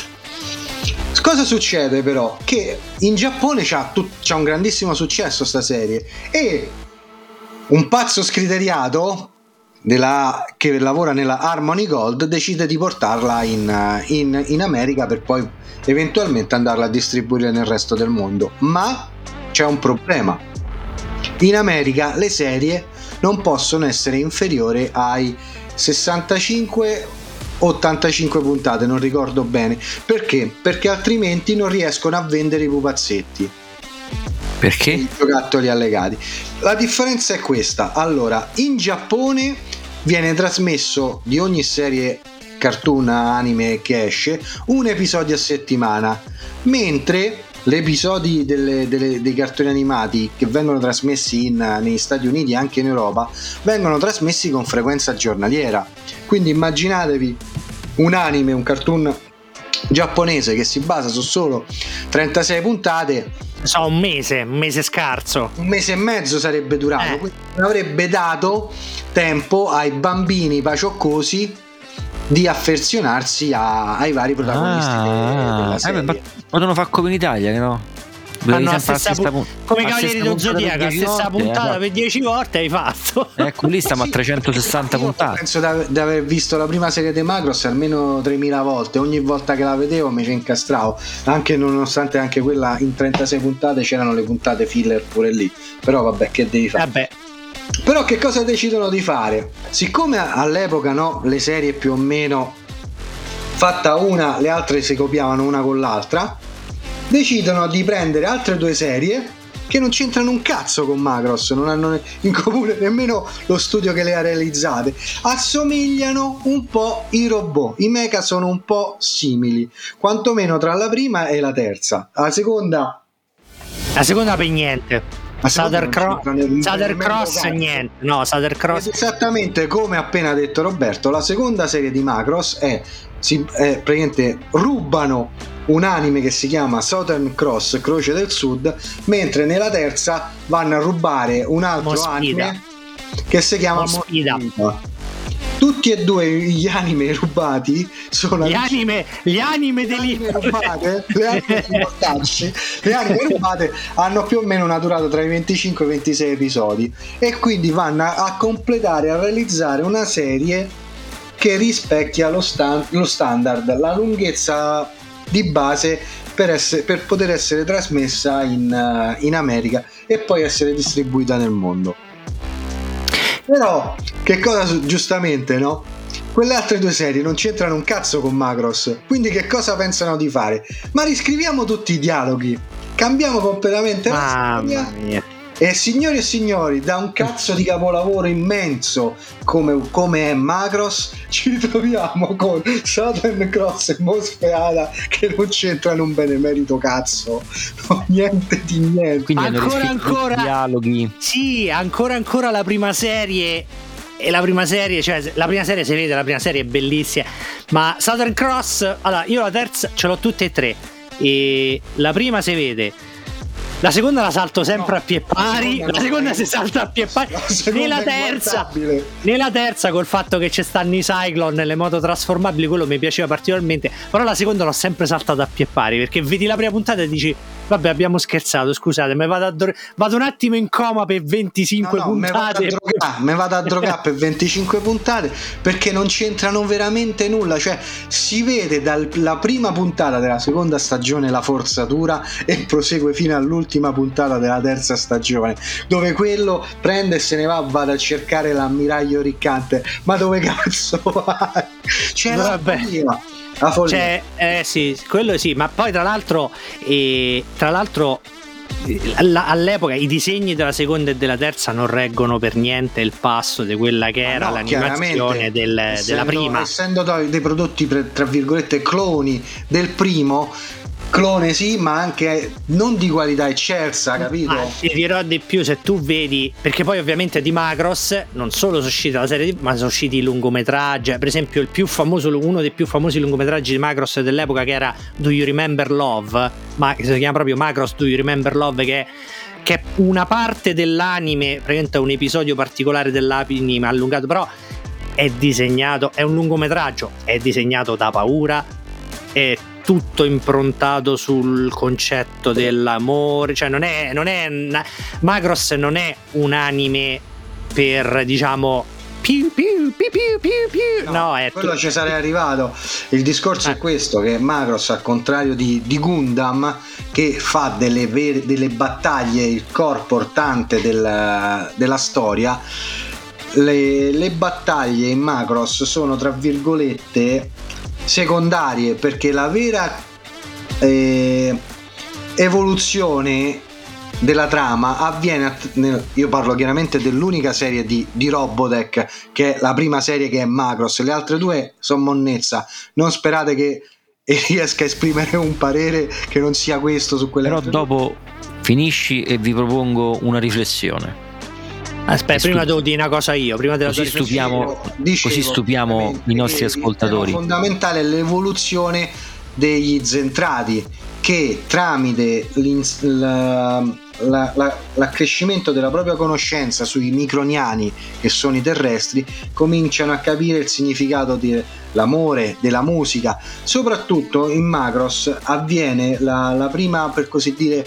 Cosa succede però? Che in Giappone c'ha un grandissimo successo sta serie, e un pazzo scriteriato che lavora nella Harmony Gold decide di portarla in America per poi eventualmente andarla a distribuire nel resto del mondo. Ma c'è un problema: in America le serie non possono essere inferiori ai 65-85 puntate, non ricordo bene perché, altrimenti non riescono a vendere i pupazzetti, perché i giocattoli allegati. La differenza è questa: allora, in Giappone viene trasmesso di ogni serie cartoon anime che esce un episodio a settimana, mentre gli episodi dei cartoni animati che vengono trasmessi negli Stati Uniti e anche in Europa vengono trasmessi con frequenza giornaliera. Quindi immaginatevi un anime, un cartoon giapponese che si basa su solo 36 puntate. Un mese scarso, un mese e mezzo sarebbe durato, quindi avrebbe dato tempo ai bambini pacioccosi di affezionarsi ai vari protagonisti della serie. Potevano fare come in Italia, che no? Fanno la stessa come i Cavalieri dello Zodiaco, la stessa puntata per 10 volte hai fatto. Ecco, lì stiamo a 360 puntate. Penso di aver visto la prima serie di Macross almeno 3000 volte. Ogni volta che la vedevo mi ci incastravo, anche nonostante anche quella in 36 puntate c'erano le puntate filler pure lì. Però vabbè, che devi fare? Però che cosa decidono di fare? Siccome all'epoca le serie più o meno fatta una, le altre si copiavano una con l'altra, decidono di prendere altre due serie che non c'entrano un cazzo con Macross, non hanno in comune nemmeno lo studio che le ha realizzate, assomigliano un po' i robot, i mecha sono un po' simili, quantomeno tra la prima e la terza. La seconda per niente. Southern Cross niente. No, Southern Cross esattamente come appena detto Roberto. La seconda serie di Macross praticamente rubano un anime che si chiama Southern Cross, Croce del Sud, mentre nella terza vanno a rubare un altro anime che si chiama Mospida. Tutti e due gli anime rubati sono gli anime rubate, le anime rubate hanno più o meno una durata tra i 25 e i 26 episodi e quindi vanno a completare, a realizzare una serie che rispecchia lo standard, la lunghezza di base per poter essere trasmessa in America e poi essere distribuita nel mondo. Però che cosa, giustamente, no? Quelle altre due serie non c'entrano un cazzo con Macross, quindi che cosa pensano di fare? Ma riscriviamo tutti i dialoghi, cambiamo completamente la storia e signori e signori, da un cazzo di capolavoro immenso come è Macross, ci troviamo con Southern Cross e Mosfeada che non c'entrano un benemerito cazzo, no, niente di niente. Quindi ancora dialoghi. Sì, ancora la prima serie. E la prima serie, cioè la prima serie si vede, la prima serie è bellissima, ma Southern Cross, allora io la terza ce l'ho tutte e tre e la prima si vede, la seconda la salto sempre a pie pari, la seconda si salta a pie pari, nella terza col fatto che ci stanno i Cyclone nelle moto trasformabili, quello mi piaceva particolarmente, però la seconda l'ho sempre saltata a pie pari perché vedi la prima puntata e dici vabbè, abbiamo scherzato, scusate, ma vado un attimo in coma per 25 puntate. Me vado a drogare per 25 puntate perché non c'entrano veramente nulla. Cioè, si vede dalla prima puntata della seconda stagione la forzatura e prosegue fino all'ultima puntata della terza stagione, dove quello prende e se ne va a cercare l'ammiraglio Riccante. Ma dove cazzo vai? C'è la follia. Cioè, sì, quello sì, ma poi tra l'altro all'epoca i disegni della seconda e della terza non reggono per niente il passo di quella che era l'animazione della prima, essendo dei prodotti tra virgolette cloni del primo. Clone sì, ma anche non di qualità eccelsa, capito? Ti dirò di più, se tu vedi, perché poi ovviamente di Macross non solo sono usciti la serie, ma sono usciti i lungometraggi. Per esempio uno dei più famosi lungometraggi di Macross dell'epoca, che era Do You Remember Love, ma che si chiama proprio Macross Do You Remember Love, che è una parte dell'anime, praticamente un episodio particolare dell'anime allungato, però è disegnato, è un lungometraggio, è disegnato da paura, è tutto improntato sul concetto dell'amore, cioè non è Macross non è un anime per, diciamo, più no, è quello ci sarei arrivato. Il discorso è questo, che Macross, al contrario di Gundam, che fa delle battaglie il core portante della storia, le battaglie in Macross sono tra virgolette secondarie, perché la vera evoluzione della trama avviene io parlo chiaramente dell'unica serie di Robotech, che è la prima serie, che è Macross. Le altre due sono monnezza, non sperate che riesca a esprimere un parere che non sia questo su quelle. Però dopo finisci e vi propongo una riflessione. Aspetta, prima devo dire una cosa io, prima della così stupiamo i nostri ascoltatori. Fondamentale è l'evoluzione degli Zentradi, che tramite l'accrescimento della propria conoscenza sui microniani, che sono i terrestri, cominciano a capire il significato dell'amore, della musica. Soprattutto in Macross avviene la prima, per così dire,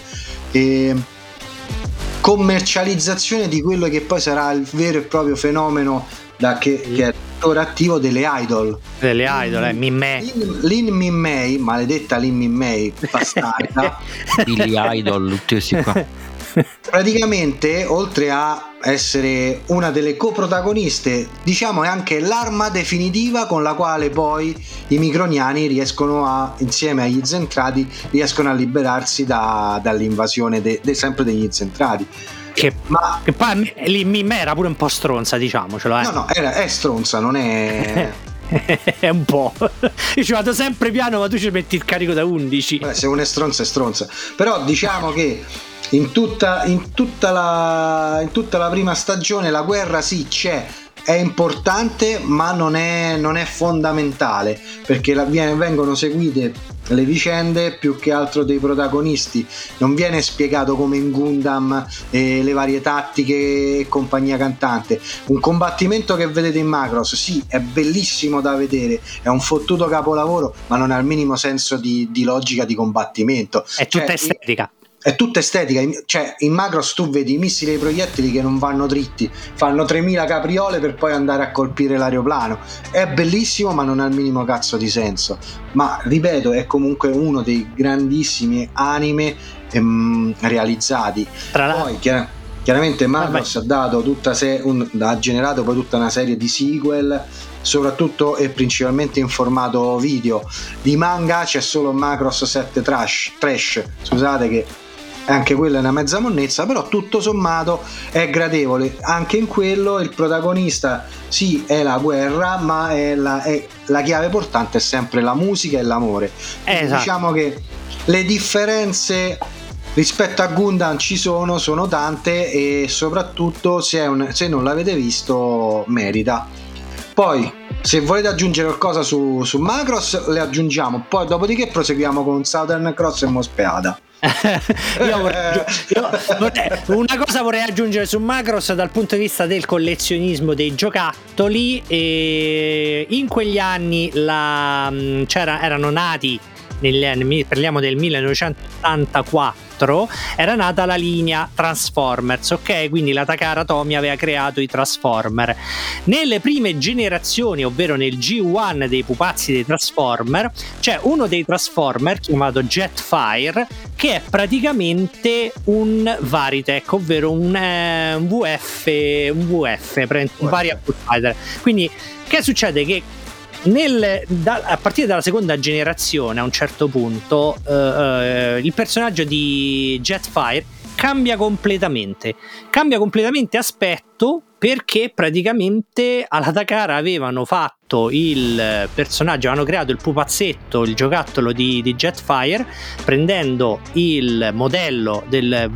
commercializzazione di quello che poi sarà il vero e proprio fenomeno che è tuttora attivo, delle idol. Min May. Lin Min May, maledetta Lin Min May, bastarda. Billy Idol, tutti questi qua. Praticamente, oltre a essere una delle coprotagoniste, diciamo è anche l'arma definitiva con la quale poi i microniani riescono insieme agli Zentradi, riescono a liberarsi dall'invasione sempre degli Zentradi. Che poi Min era pure un po' stronza, diciamocelo. No, è stronza, non è... è un po'. Io ci vado sempre piano, ma tu ci metti il carico da 11. Beh, se uno è stronza è stronza. Però diciamo che in tutta la prima stagione la guerra sì c'è, è importante, ma non è fondamentale, perché vengono seguite le vicende più che altro dei protagonisti. Non viene spiegato come in Gundam le varie tattiche e compagnia cantante. Un combattimento che vedete in Macross sì, è bellissimo da vedere, è un fottuto capolavoro, ma non ha il minimo senso di logica di combattimento. È tutta estetica. È tutta estetica, cioè in Macross tu vedi i missili e i proiettili che non vanno dritti, fanno 3000 capriole per poi andare a colpire l'aeroplano. È bellissimo, ma non ha il minimo cazzo di senso. Ma ripeto, è comunque uno dei grandissimi anime realizzati. Poi chiaramente Macross ha dato ha generato poi tutta una serie di sequel, soprattutto e principalmente in formato video. Di manga c'è solo Macross 7 Trash, scusate, che anche quella è una mezza monnezza, però tutto sommato è gradevole. Anche in quello il protagonista sì è la guerra, ma è la chiave portante è sempre la musica e l'amore. Esatto. Diciamo che le differenze rispetto a Gundam ci sono tante, e soprattutto se non l'avete visto merita. Poi se volete aggiungere qualcosa su Macross le aggiungiamo, poi dopodiché proseguiamo con Southern Cross e Mospeada. Una cosa vorrei aggiungere su Macross dal punto di vista del collezionismo dei giocattoli. In quegli anni erano nati, parliamo del 1984, era nata la linea Transformers, ok? Quindi la Takara Tomy aveva creato i Transformer. Nelle prime generazioni, ovvero nel G1 dei pupazzi dei Transformer, c'è uno dei Transformer chiamato Jetfire, che è praticamente un Varitech, ovvero un VF, un Variable Fighter. Quindi che succede? Che a partire dalla seconda generazione, a un certo punto il personaggio di Jetfire cambia completamente aspetto, perché praticamente alla Takara avevano fatto il personaggio, avevano creato il pupazzetto, il giocattolo di Jetfire, prendendo il modello del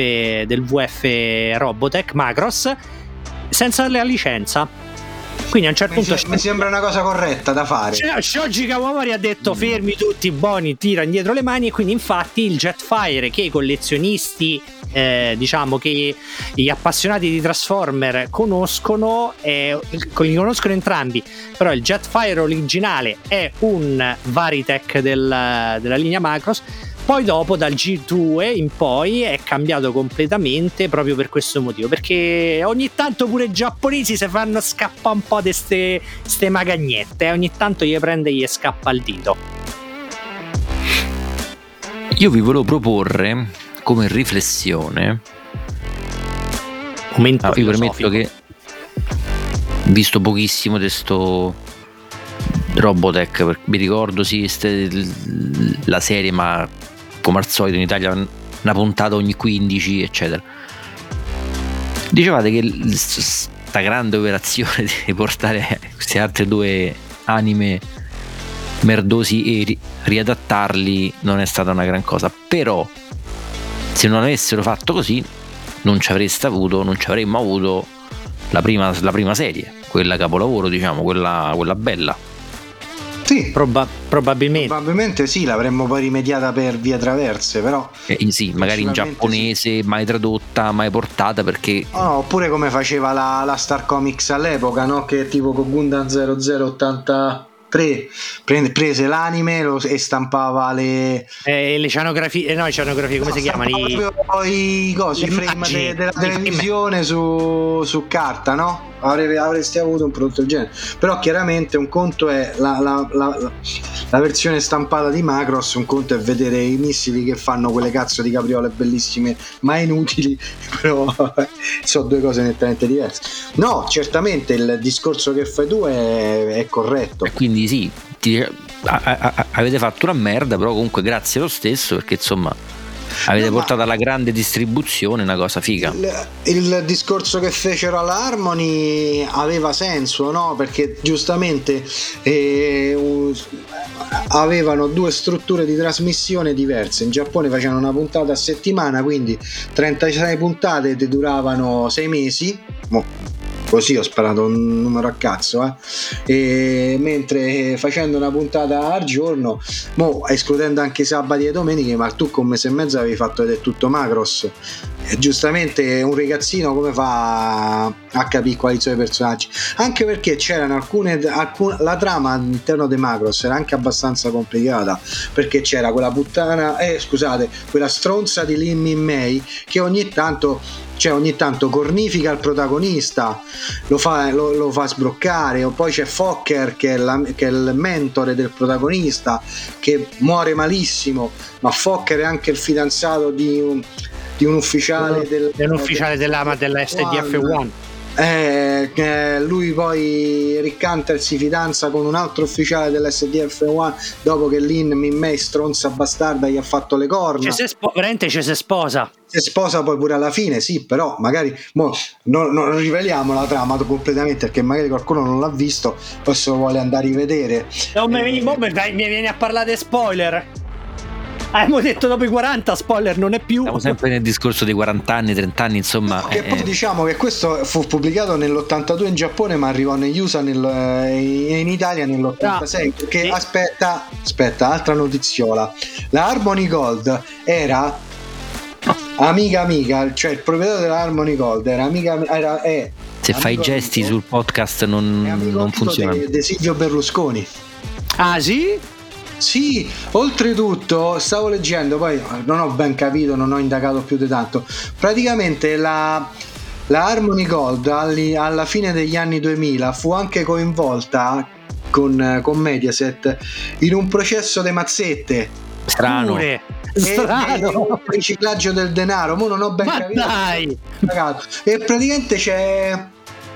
VF Robotech Macross senza la licenza. Quindi a un certo punto mi sembra una cosa corretta da fare. Shoji Kawamori ha detto fermi tutti, buoni, tira indietro le mani, e quindi infatti il Jetfire, che i collezionisti diciamo che gli appassionati di Transformer conoscono, li conoscono entrambi, però il Jetfire originale è un Varitech della linea Macross. Poi dopo, dal G2 in poi, è cambiato completamente proprio per questo motivo, perché ogni tanto pure i giapponesi si fanno scappare un po' di ste magagnette, ogni tanto gli prende e gli scappa il dito. Io vi volevo proporre come riflessione, vi permetto che visto pochissimo di sto Robotech, mi ricordo sì la serie, ma come al solito in Italia una puntata ogni 15 eccetera. Dicevate che sta grande operazione di portare queste altre due anime merdosi e riadattarli non è stata una gran cosa, però se non avessero fatto così non ci avremmo avuto la prima serie, quella capolavoro, diciamo, quella bella. Sì, probabilmente sì, l'avremmo poi rimediata per vie traverse, però sì, magari in giapponese, sì. Mai tradotta, mai portata, perché oppure come faceva la Star Comics all'epoca, no? Che tipo con Gundam 0083 prese l'anime e stampava le cianografie, come si chiamano? I frame della televisione su carta, no? Avresti avuto un prodotto del genere. Però chiaramente un conto è la versione stampata di Macross, un conto è vedere i missili che fanno quelle cazzo di capriole bellissime ma inutili. Però sono due cose nettamente diverse. No, certamente il discorso che fai tu è corretto, e quindi sì, avete fatto una merda, però comunque grazie lo stesso, perché insomma avete portato alla grande distribuzione una cosa figa. Il discorso che fecero alla Harmony aveva senso, no? Perché giustamente avevano due strutture di trasmissione diverse. In Giappone facevano una puntata a settimana, quindi 36 puntate ti duravano 6 mesi. Così ho sparato un numero a cazzo, e mentre facendo una puntata al giorno, escludendo anche i sabati e domeniche, ma tu con un mese e mezzo avevi fatto vedere tutto Macross, e giustamente un ragazzino come fa a capire quali sono i personaggi? Anche perché c'erano alcune la trama all'interno di Macross era anche abbastanza complicata, perché c'era quella quella stronza di Lin Min Mei che ogni tanto cornifica il protagonista, lo fa sbroccare, o poi c'è Fokker che è il mentore del protagonista, che muore malissimo, ma Fokker è anche il fidanzato di un ufficiale della SDF-1. Lui poi Rick Hunter si fidanza con un altro ufficiale dell'SDF-1 dopo che Lin Min Mei, stronza bastarda, gli ha fatto le corna. Veramente ci si sposa. Si sposa poi pure alla fine, sì, però magari non riveliamo la trama completamente, perché magari qualcuno non l'ha visto, poi se lo vuole andare a rivedere. Mi vieni a parlare di spoiler. Abbiamo detto dopo i 40, spoiler non è più. Siamo sempre nel discorso dei 40 anni, 30 anni, insomma. Che poi diciamo che questo fu pubblicato nell'82 in Giappone, ma arrivò negli USA in Italia nell'86. Perché aspetta, altra notiziola. La Harmony Gold era amica, cioè il proprietario della Harmony Gold era se fai gesti sul podcast non funziona. De Silvio Berlusconi. Ah sì? Sì, oltretutto stavo leggendo, poi non ho ben capito, non ho indagato più di tanto. Praticamente la Harmony Gold alla fine degli anni 2000 fu anche coinvolta con Mediaset in un processo di mazzette. Strano. Un riciclaggio del denaro. Mo non ho ben capito. Dai. E praticamente c'è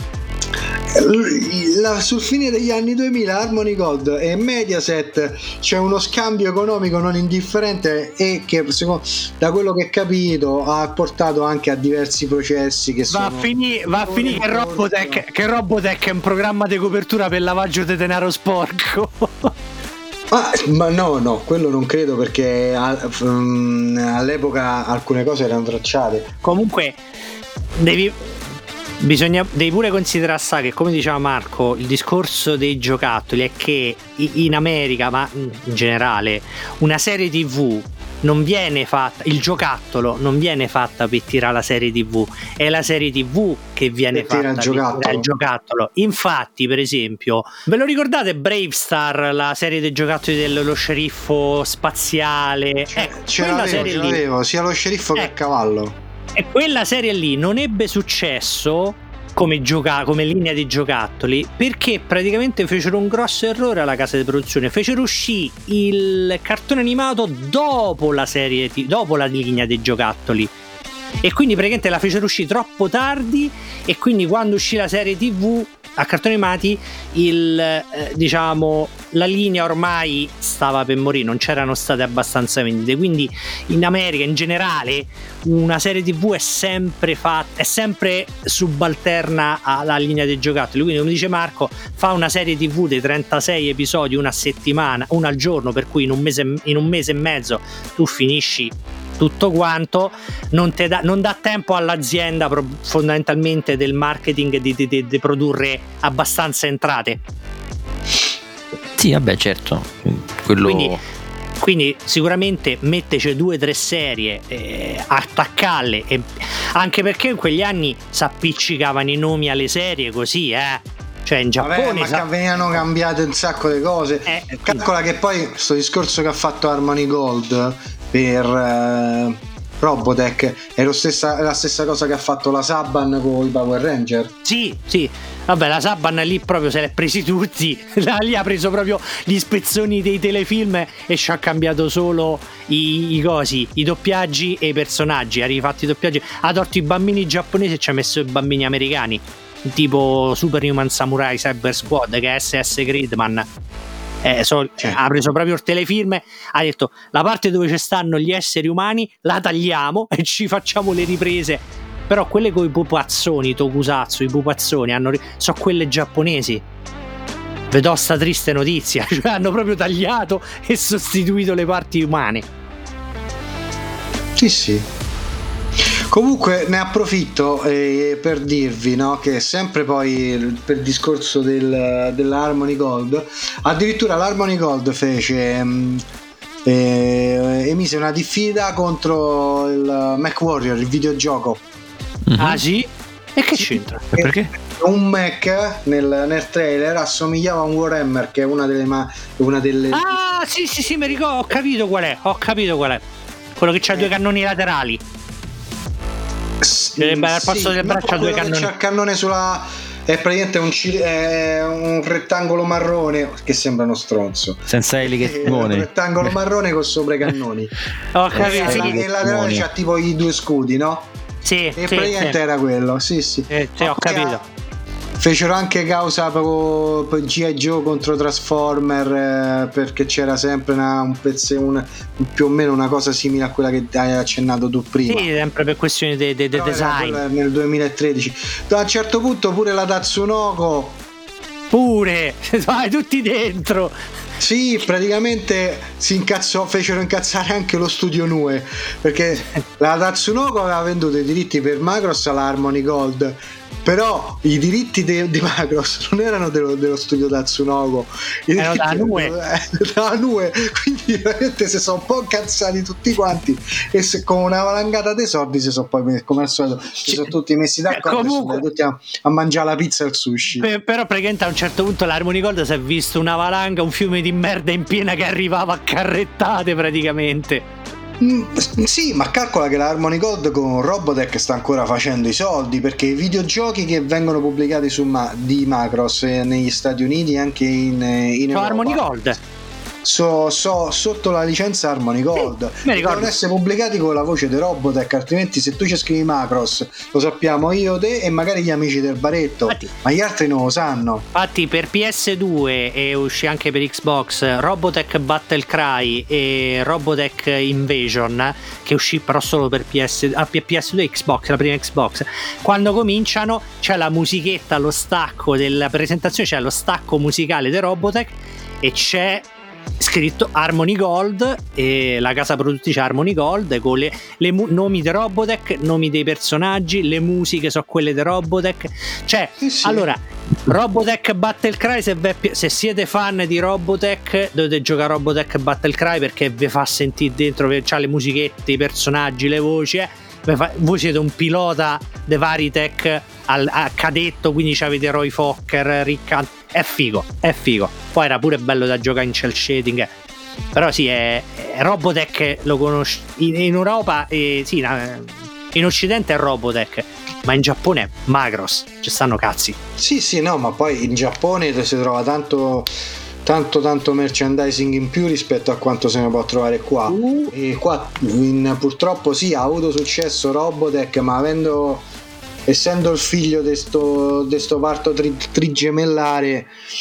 sul fine degli anni 2000 Harmony Gold e Mediaset c'è uno scambio economico non indifferente, e che da quello che ho capito ha portato anche a diversi processi che va a finire che Robotech è un programma di copertura per lavaggio di denaro sporco. Ma no, quello non credo, perché all'epoca alcune cose erano tracciate. Comunque devi pure considerare che, come diceva Marco, il discorso dei giocattoli è che in America, ma in generale, una serie TV non viene fatta, il giocattolo non viene fatta per tirare la serie TV, è la serie TV che viene fatta per tirare il giocattolo. Infatti, per esempio, ve lo ricordate Brave Star, la serie dei giocattoli dello sceriffo spaziale? Ce l'avevo, sia lo sceriffo che il cavallo. E quella serie lì non ebbe successo come linea di giocattoli, perché praticamente fecero un grosso errore alla casa di produzione. Fecero uscire il cartone animato dopo la serie, dopo la linea dei giocattoli, e quindi praticamente la fecero uscire troppo tardi, e quindi quando uscì la serie TV a cartoni animati la linea ormai stava per morire, non c'erano state abbastanza vendite, quindi in America in generale una serie TV è sempre subalterna alla linea dei giocattoli. Quindi, come dice Marco, fa una serie TV dei 36 episodi, una settimana, una al giorno, per cui in un mese e mezzo tu finisci tutto quanto, non dà tempo all'azienda fondamentalmente del marketing di produrre abbastanza entrate. Sì, Sì, vabbè, certo. Quello... Quindi sicuramente metteci 2 o 3 serie, attaccarle, anche perché in quegli anni si appiccicavano i nomi alle serie così, cioè in Giappone venivano cambiate un sacco di cose. Calcola che poi sto discorso che ha fatto Harmony Gold per Robotech è la stessa cosa che ha fatto la Saban con i Power Ranger. Sì, vabbè, la Saban lì proprio se l'è presi tutti, lì ha preso proprio gli spezzoni dei telefilm e ci ha cambiato solo i doppiaggi e i personaggi, ha rifatto i doppiaggi, ha tolto i bambini giapponesi e ci ha messo i bambini americani, tipo Superhuman Samurai Cyber Squad, che è SS Gridman. Ha preso proprio il telefilm, ha detto la parte dove ci stanno gli esseri umani la tagliamo e ci facciamo le riprese, però quelle con i pupazzoni, tokusatsu, i pupazzoni sono quelle giapponesi. Vedo sta triste notizia, cioè hanno proprio tagliato e sostituito le parti umane. Sì. Comunque ne approfitto per dirvi, no, che sempre poi per il discorso dell'Harmony Gold, addirittura l'Harmony Gold emise una diffida contro il MechWarrior, il videogioco. Ah sì? E che c'entra? Perché? Un mech nel trailer assomigliava a un Warhammer, che è una delle Ah sì, mi ricordo, ho capito qual è. Quello che c'ha 2 cannoni laterali. Al posto del braccio ha 2 cannoni. C'è il cannone sulla. È praticamente un rettangolo marrone che sembra uno stronzo. Senza elighettone. Un rettangolo marrone con sopra i cannoni. Ho capito. E laterale c'ha tipo i 2 scudi, no? Sì. E praticamente era quello. Sì. Ho capito. Fecero anche causa per G.I. Joe contro Transformer, perché c'era sempre più o meno una cosa simile a quella che hai accennato tu prima. Sì, sempre per questioni di design. Nel 2013 a un certo punto pure la Tatsunoko pure vai tutti dentro. Sì, praticamente fecero incazzare anche lo studio Nue, perché la Tatsunoko aveva venduto i diritti per Macross alla Harmony Gold, però i diritti di Macross non erano dello studio Tatsunoko, erano da Nue, quindi veramente si sono un po' incazzati tutti quanti e con una valangata dei soldi si sono poi, come al solito, si sono tutti messi d'accordo e sono tutti a mangiare la pizza e il sushi. Però praticamente a un certo punto l'Harmony Gold si è visto una valanga, un fiume di merda in piena che arrivava a carrettate praticamente. Sì, ma calcola che la Harmony Gold con Robotech sta ancora facendo i soldi, perché i videogiochi che vengono pubblicati di Macross negli Stati Uniti e anche in Europa Harmony Gold sotto la licenza Harmony Gold, devono essere pubblicati con la voce di Robotech, altrimenti se tu ci scrivi Macross lo sappiamo io, te e magari gli amici del baretto, ma gli altri non lo sanno. Infatti per PS2 e uscì anche per Xbox Robotech Battle Cry e Robotech Invasion, che uscì però solo per PS2 e Xbox, la prima Xbox. Quando cominciano c'è la musichetta allo stacco della presentazione, c'è lo stacco musicale di Robotech e c'è scritto Harmony Gold e la casa produttrice Harmony Gold con le nomi di Robotech, nomi dei personaggi, le musiche sono quelle di Robotech, cioè sì. Allora Robotech Battle Cry, se siete fan di Robotech dovete giocare Robotech Battle Cry, perché vi fa sentire dentro, c'ha le musichette, i personaggi, le voci, voi siete un pilota dei vari tech a cadetto, quindi avete Roy Fokker, Rick, è figo. Poi era pure bello da giocare in cel shading, però sì, è Robotech, lo conosci in Europa, sì, in Occidente è Robotech, ma in Giappone è Macross, ci stanno cazzi. Sì, no, ma poi in Giappone si trova tanto merchandising in più rispetto a quanto se ne può trovare qua. E qua purtroppo sì, ha avuto successo Robotech, ma essendo il figlio di sto parto trigemellare,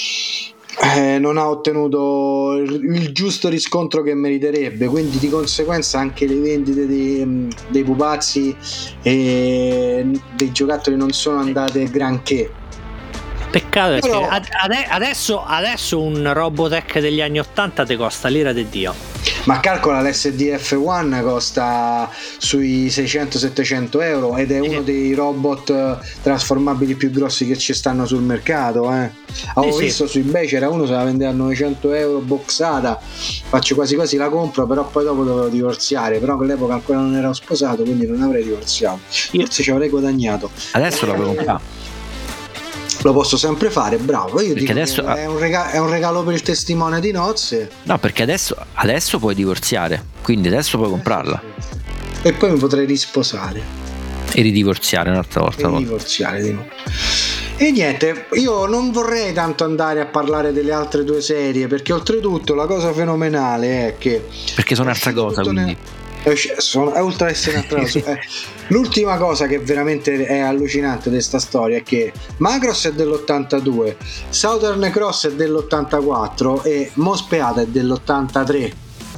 non ha ottenuto il giusto riscontro che meriterebbe, quindi di conseguenza anche le vendite dei pupazzi e dei giocattoli non sono andate granché. Peccato Però... perché adesso un Robotech degli anni 80 ti costa l'ira di Dio. Ma calcola, l'SDF-1 costa sui 600-700 euro ed è uno dei robot trasformabili più grossi che ci stanno sul mercato. Avevo visto su eBay, c'era uno, se la vendeva a 900 euro boxata. Faccio quasi la compro, però poi dopo dovevo divorziare. Però all'epoca ancora non ero sposato, quindi non avrei divorziato. Forse ci avrei guadagnato. Adesso la puoi comprare. Lo posso sempre fare, bravo. Io dico adesso è un regalo per il testimone di nozze. No, perché adesso puoi divorziare, quindi adesso puoi comprarla. E poi mi potrei risposare e ridivorziare un'altra volta. Ridivorziare di nuovo. E niente, io non vorrei tanto andare a parlare delle altre due serie, perché oltretutto la cosa fenomenale è che perché sono un'altra cosa, quindi oltre ad essere un'altra cosa, l'ultima cosa che veramente è allucinante di questa storia è che Macross è dell'82, Southern Cross è dell'84 e Mospeada è dell'83.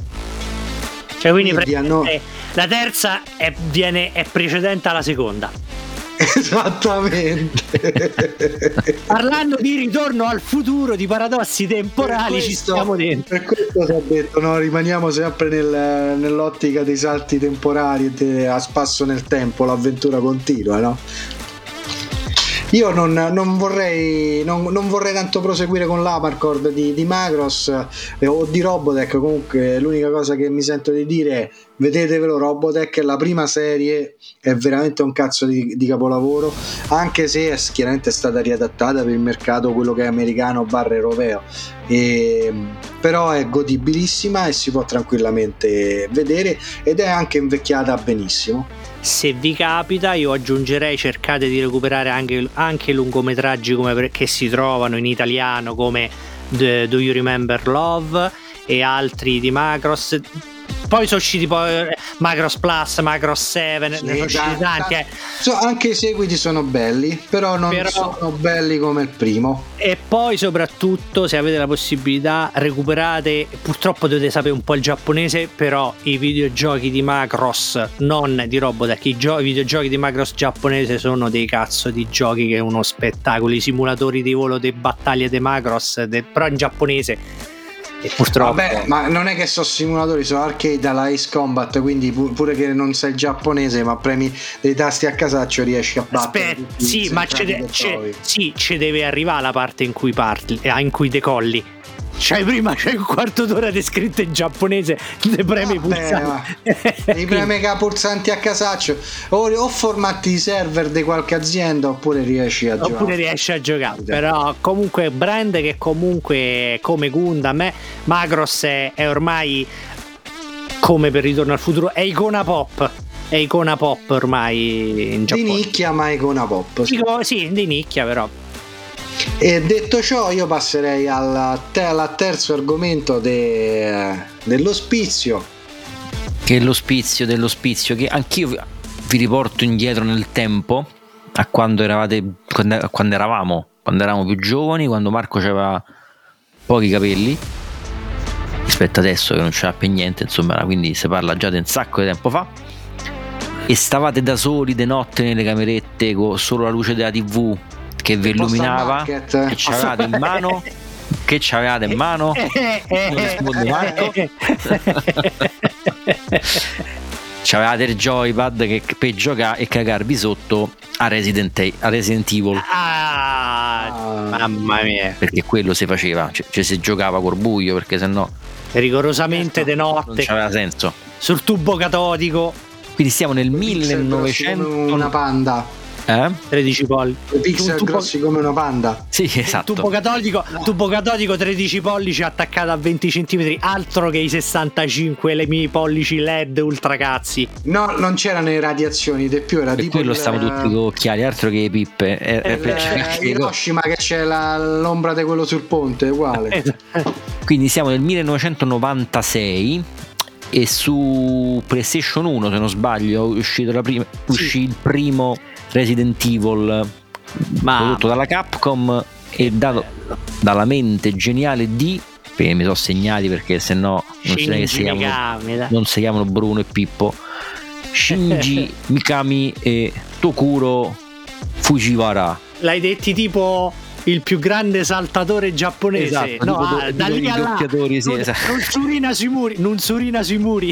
Cioè quindi la terza è precedente alla seconda. Esattamente. Parlando di ritorno al futuro, di paradossi temporali, ci stiamo dentro. Per questo ti ho detto, no, rimaniamo sempre nell'ottica dei salti temporali e a spasso nel tempo, l'avventura continua, no? Io non vorrei tanto proseguire con l'Amarcord di Macross o di Robotech. Comunque l'unica cosa che mi sento di dire è: vedetevelo, Robotech, la prima serie è veramente un cazzo di capolavoro, anche se chiaramente è stata riadattata per il mercato, quello che è americano / europeo, però è godibilissima e si può tranquillamente vedere ed è anche invecchiata benissimo. Se vi capita, io aggiungerei, cercate di recuperare anche lungometraggi che si trovano in italiano, come Do You Remember Love e altri di Macross. Poi sono usciti Macross Plus, Macross 7, sì, ne sono usciti tanti. Anche i seguiti sono belli, però non sono belli come il primo. E poi soprattutto, se avete la possibilità, recuperate, purtroppo dovete sapere un po' il giapponese, però i videogiochi di Macross, non di Robotech, i videogiochi di Macross giapponese sono dei cazzo di giochi che è uno spettacolo. I simulatori di volo, de battaglie di Macross, però in giapponese. E purtroppo vabbè, ma non è che sono simulatori, sono arcade alla Ace Combat, quindi pure che non sai giapponese ma premi dei tasti a casaccio riesci a battere. Aspetta, sì, ma ci deve arrivare la parte in cui parti, in cui decolli. Prima c'hai un quarto d'ora descritto in giapponese, ti premi i pulsanti. I premi pulsanti a casaccio, o formati i server di qualche azienda oppure riesci a giocare. Però comunque brand che comunque come Gundam, Macross è ormai, come per Ritorno al futuro, è icona pop. È icona pop ormai in Giappone. Di nicchia, ma icona pop. Sì, di nicchia però. E detto ciò, io passerei al terzo argomento dell'ospizio. Che è l'ospizio dell'ospizio, che anch'io vi riporto indietro nel tempo a quando eravamo più giovani, quando Marco aveva pochi capelli rispetto adesso che non c'era più niente, insomma, quindi si parla già di un sacco di tempo fa, e stavate da soli de notte nelle camerette con solo la luce della TV che vi illuminava, che c'avevate in mano, non risponde Marco. C'avevate il joypad che per giocare e cagarvi sotto a Resident Evil. Mamma mia, perché quello si faceva, cioè si giocava col buio, perché sennò rigorosamente de notte non c'aveva senso, sul tubo catodico. Quindi siamo nel 1900, una panda. 13 pollici, pixel grossi come una panda. Sì, esatto. Tubo catodico 13 pollici attaccato a 20 cm, altro che i 65 le mini pollici LED ultra cazzi. No, non c'erano le radiazioni, di più era per tipo quello stavano tutti con occhiali, altro che le pippe. Hiroshima, che c'è l'ombra di quello sul ponte, uguale. Quindi siamo nel 1996 e su PlayStation 1, se non sbaglio, uscì il primo Resident Evil, prodotto dalla Capcom e dato dalla mente geniale perché mi sono segnati, perché sennò non si chiamano Bruno e Pippo, Shinji Mikami e Tokuro Fujiwara. L'hai detti tipo il più grande saltatore giapponese. Esatto, No, da tipo lì i a là doppiatori, sì, non, esatto. non surina sui muri.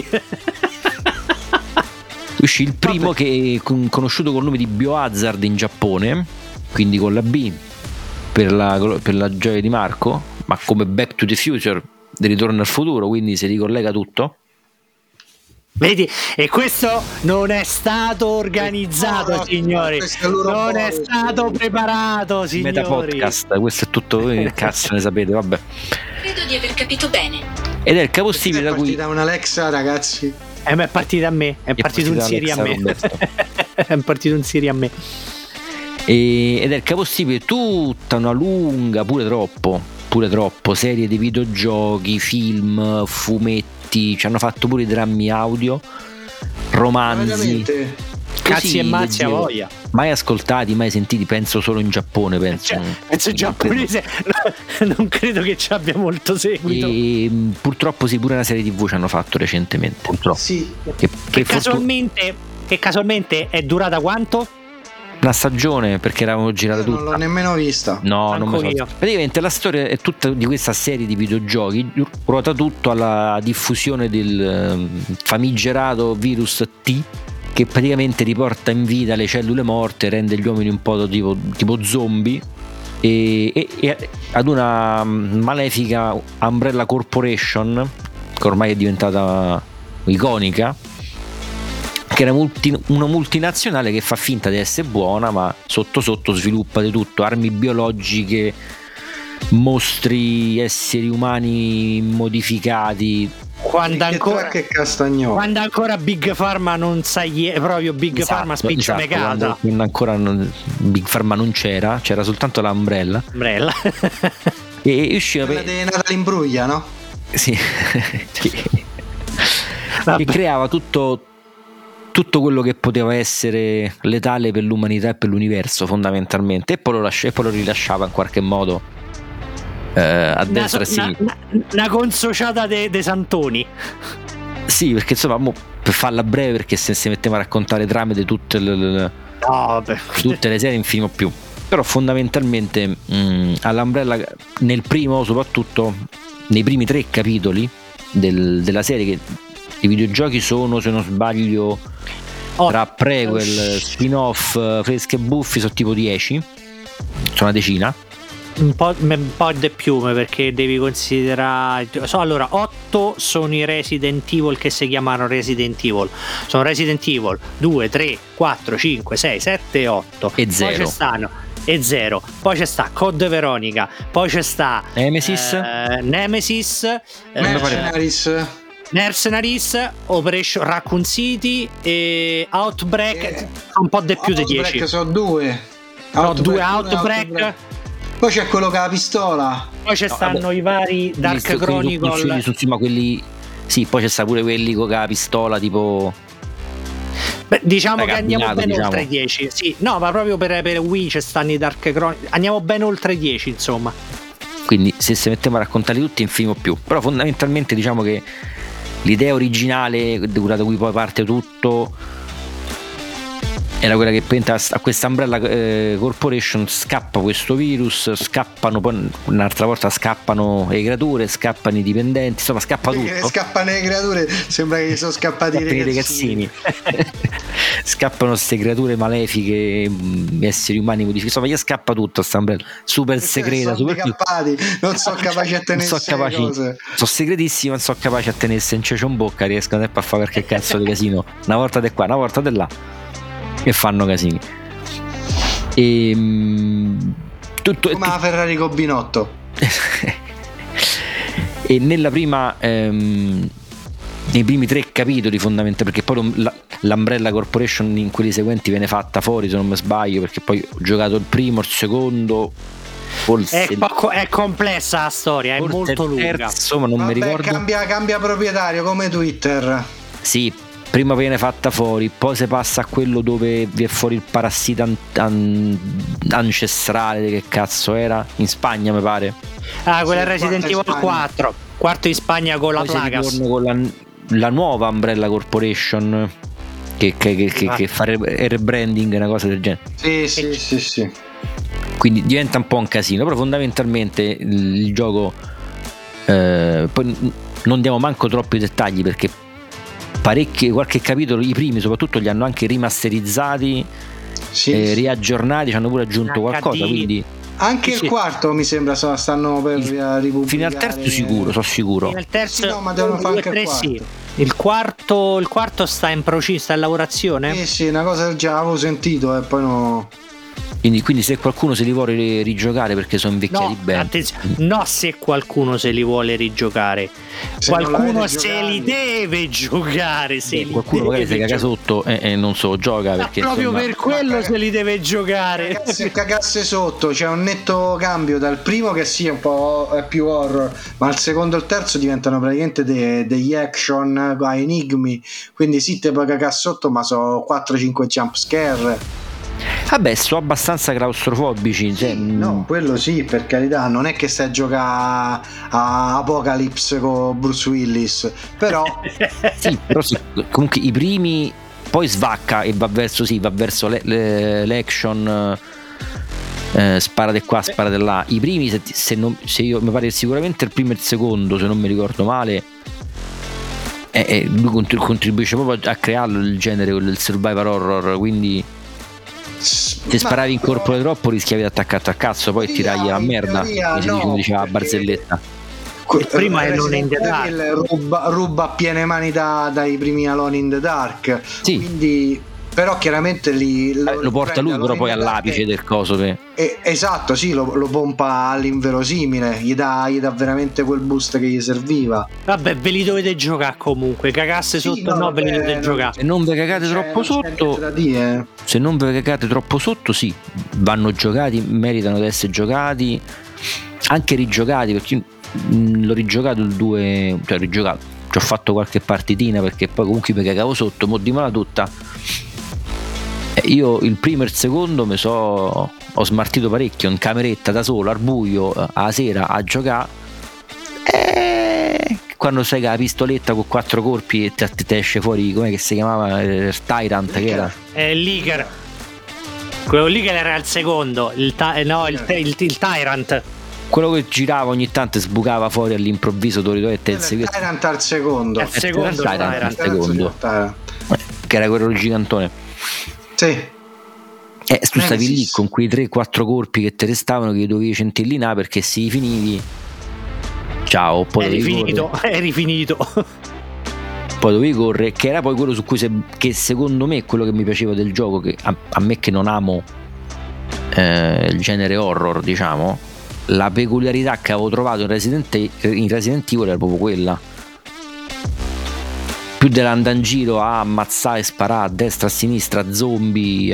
Uscì il primo che conosciuto col nome di Biohazard in Giappone, quindi con la B per la gioia di Marco, ma come Back to the Future, di Ritorno al futuro, quindi si ricollega tutto. Vedi? E questo non è stato organizzato, signori. Non è stato preparato, signori. Meta podcast, questo è tutto, voi che cazzo ne sapete, vabbè. Credo di aver capito bene. Ed è il capostipite da cui... È partita un'Alexa, ragazzi. Ma è partita a me, è partito un Siri a me. È partito un Siri a me. Ed è il capostipite tutta una lunga, pure troppo, serie di videogiochi, film, fumetti, ci hanno fatto pure i drammi audio, romanzi. Cazzi e mazzi a voglia. Mai ascoltati, mai sentiti, penso solo in Giappone, penso giapponese non credo che ci abbia molto seguito. E purtroppo sì, pure una serie TV ci hanno fatto recentemente, purtroppo. Sì. Che casualmente è durata quanto? Una stagione, perché l'avevamo girata tutta. Non l'ho nemmeno vista. No, non me so. Praticamente la storia è tutta di questa serie di videogiochi, ruota tutto alla diffusione del famigerato virus T, che praticamente riporta in vita le cellule morte, rende gli uomini un po' tipo zombie, e ad una malefica Umbrella Corporation, che ormai è diventata iconica, che era una multinazionale che fa finta di essere buona, ma sotto sotto sviluppa di tutto, armi biologiche, mostri, esseri umani modificati. Quando ancora Big Pharma non sai proprio Big Pharma spiccia me casa. Quando ancora Big Pharma non c'era soltanto l'Umbrella. E usciva quella di Natalie Imbruglia, no? Sì. Che creava tutto quello che poteva essere letale per l'umanità e per l'universo, fondamentalmente, e poi lo rilasciava in qualche modo a destra e a sinistra. Una consociata dei Santoni. Sì, perché insomma, per farla breve, perché se si metteva a raccontare trame di tutte le serie non finimo più. Però fondamentalmente all'Umbrella, nel primo, soprattutto nei primi 3 capitoli della serie, che i videogiochi sono, se non sbaglio, tra prequel, spin-off, freschi e buffi, sono tipo 10, sono una decina. Un po' di più, perché devi considerare. Allora, 8 sono i Resident Evil che si chiamano Resident Evil. Sono Resident Evil 2, 3, 4, 5, 6, 7 e 8. E 0. Poi c'è stanno. E 0. Poi c'è sta Code Veronica. Poi c'è sta Nemesis, Mercenaries, Operation Raccoon City e Outbreak. Un po' di più di 10. Outbreak sono 2. No, 2 Outbreak. Poi c'è quello con la pistola. Poi ci stanno i vari Dark Chronicle. Ma quelli. Sì, poi c'è sta pure quelli con la pistola, tipo. Beh, diciamo che andiamo ben oltre 10. Sì, no, ma proprio per Wii ci stanno i Dark Chronicle. Andiamo ben oltre 10, insomma. Quindi se mettiamo a raccontarli tutti in film o più. Però fondamentalmente diciamo che l'idea originale da cui poi parte tutto era quella che a questa Umbrella Corporation scappa questo virus, scappano poi un'altra volta, scappano le creature, scappano i dipendenti, insomma scappa tutto. Scappano le creature, sembra che sono scappati i ragazzini. Scappano queste creature malefiche, esseri umani modificati, insomma gli scappa tutto sta Umbrella, super segreta, super cappati, non sono capaci a tenersi le cose. Sono segretissimi, non sono capaci a tenersi in cecio in bocca, riescono a fare qualche cazzo di casino, una volta di qua, una volta di là, e fanno casini. Tutto come la Ferrari con Binotto. E nella prima nei primi 3 capitoli fondamentalmente, perché poi l'Umbrella Corporation in quelli seguenti viene fatta fuori, se non mi sbaglio, perché poi ho giocato il primo, il secondo, forse è complessa la storia, è molto lunga. Terzo, ma non mi ricordo. Cambia proprietario come Twitter. Sì, prima viene fatta fuori, poi si passa a quello dove vi è fuori il parassita ancestrale, che cazzo era? In Spagna mi pare. Quella è Resident Evil 4. Quarto in Spagna con la Plagas. Con la nuova Umbrella Corporation che fa il rebranding, una cosa del genere. Sì. quindi diventa un po' un casino, però fondamentalmente il gioco poi non diamo manco troppi dettagli, perché qualche capitolo, i primi soprattutto, li hanno anche rimasterizzati, riaggiornati, ci hanno pure aggiunto qualcosa, quindi anche il quarto mi sembra stanno per ripubblicare. Fino al terzo sono sicuro. Fino al terzo, no, ma devono fare anche il quarto. Sì. Il quarto sta in sta in lavorazione? Sì, una cosa già avevo sentito e poi no. Quindi se qualcuno se li vuole rigiocare, perché sono invecchiati bene. Attenzione, no, se qualcuno se li vuole rigiocare, se qualcuno se li deve giocare. Qualcuno magari si caga sotto e non so, gioca, perché proprio insomma, per quello se li deve giocare. Se cagasse sotto, c'è un netto cambio dal primo, che sì, un po' è più horror, ma il secondo e il terzo diventano praticamente degli action a enigmi, quindi sì, te puoi cagare sotto, ma sono 4-5 jump scare. Vabbè, sono abbastanza claustrofobici. No, quello sì, per carità, non è che stai a giocare a Apocalypse con Bruce Willis, però sì, però comunque i primi poi svacca e va verso l'action, sparate qua, sparate là. I primi, se io mi pare sicuramente il primo e il secondo, se non mi ricordo male, lui contribuisce proprio a crearlo il genere, il survival horror, quindi se sparavi in corpo troppo rischiavi di attaccarti al cazzo, poi tirai a merda, come diceva Barzelletta. Il primo è Alone in the Dark, ruba a piene mani dai primi Alone in the Dark, sì. Quindi però chiaramente lo porta lui però poi all'apice del coso esatto, sì, lo pompa all'inverosimile, gli dà veramente quel boost che gli serviva. Vabbè, ve li dovete giocare comunque, cagasse sotto, no, ve li dovete giocare. Se non vi cagate troppo sotto, se non vi cagate troppo sotto, sì, vanno giocati, meritano di essere giocati, anche rigiocati, perché l'ho rigiocato il 2, cioè rigiocato, ci ho fatto qualche partitina, perché poi comunque mi cagavo sotto, mo dimala tutta. Io il primo e il secondo ho smartito parecchio in cameretta da solo al buio a sera a giocare, quando sai che la pistoletta con 4 colpi e te esce fuori, com'è che si chiamava, Tyrant, che era Liger, quello lì che era il secondo, il Tyrant, quello che girava ogni tanto e sbucava fuori all'improvviso, il Tyrant al secondo, il secondo, che era quello gigantone. Sì. Tu stavi lì con quei 3-4 colpi che te restavano, che dovevi centellinare, perché se finivi, ciao, poi eri finito. Poi dovevi correre, che era poi quello su cui che secondo me è quello che mi piaceva del gioco, che a me che non amo il genere horror, diciamo, la peculiarità che avevo trovato in Resident Evil era proprio quella. Più dell'andare in giro a ammazzare e sparare a destra a sinistra zombie,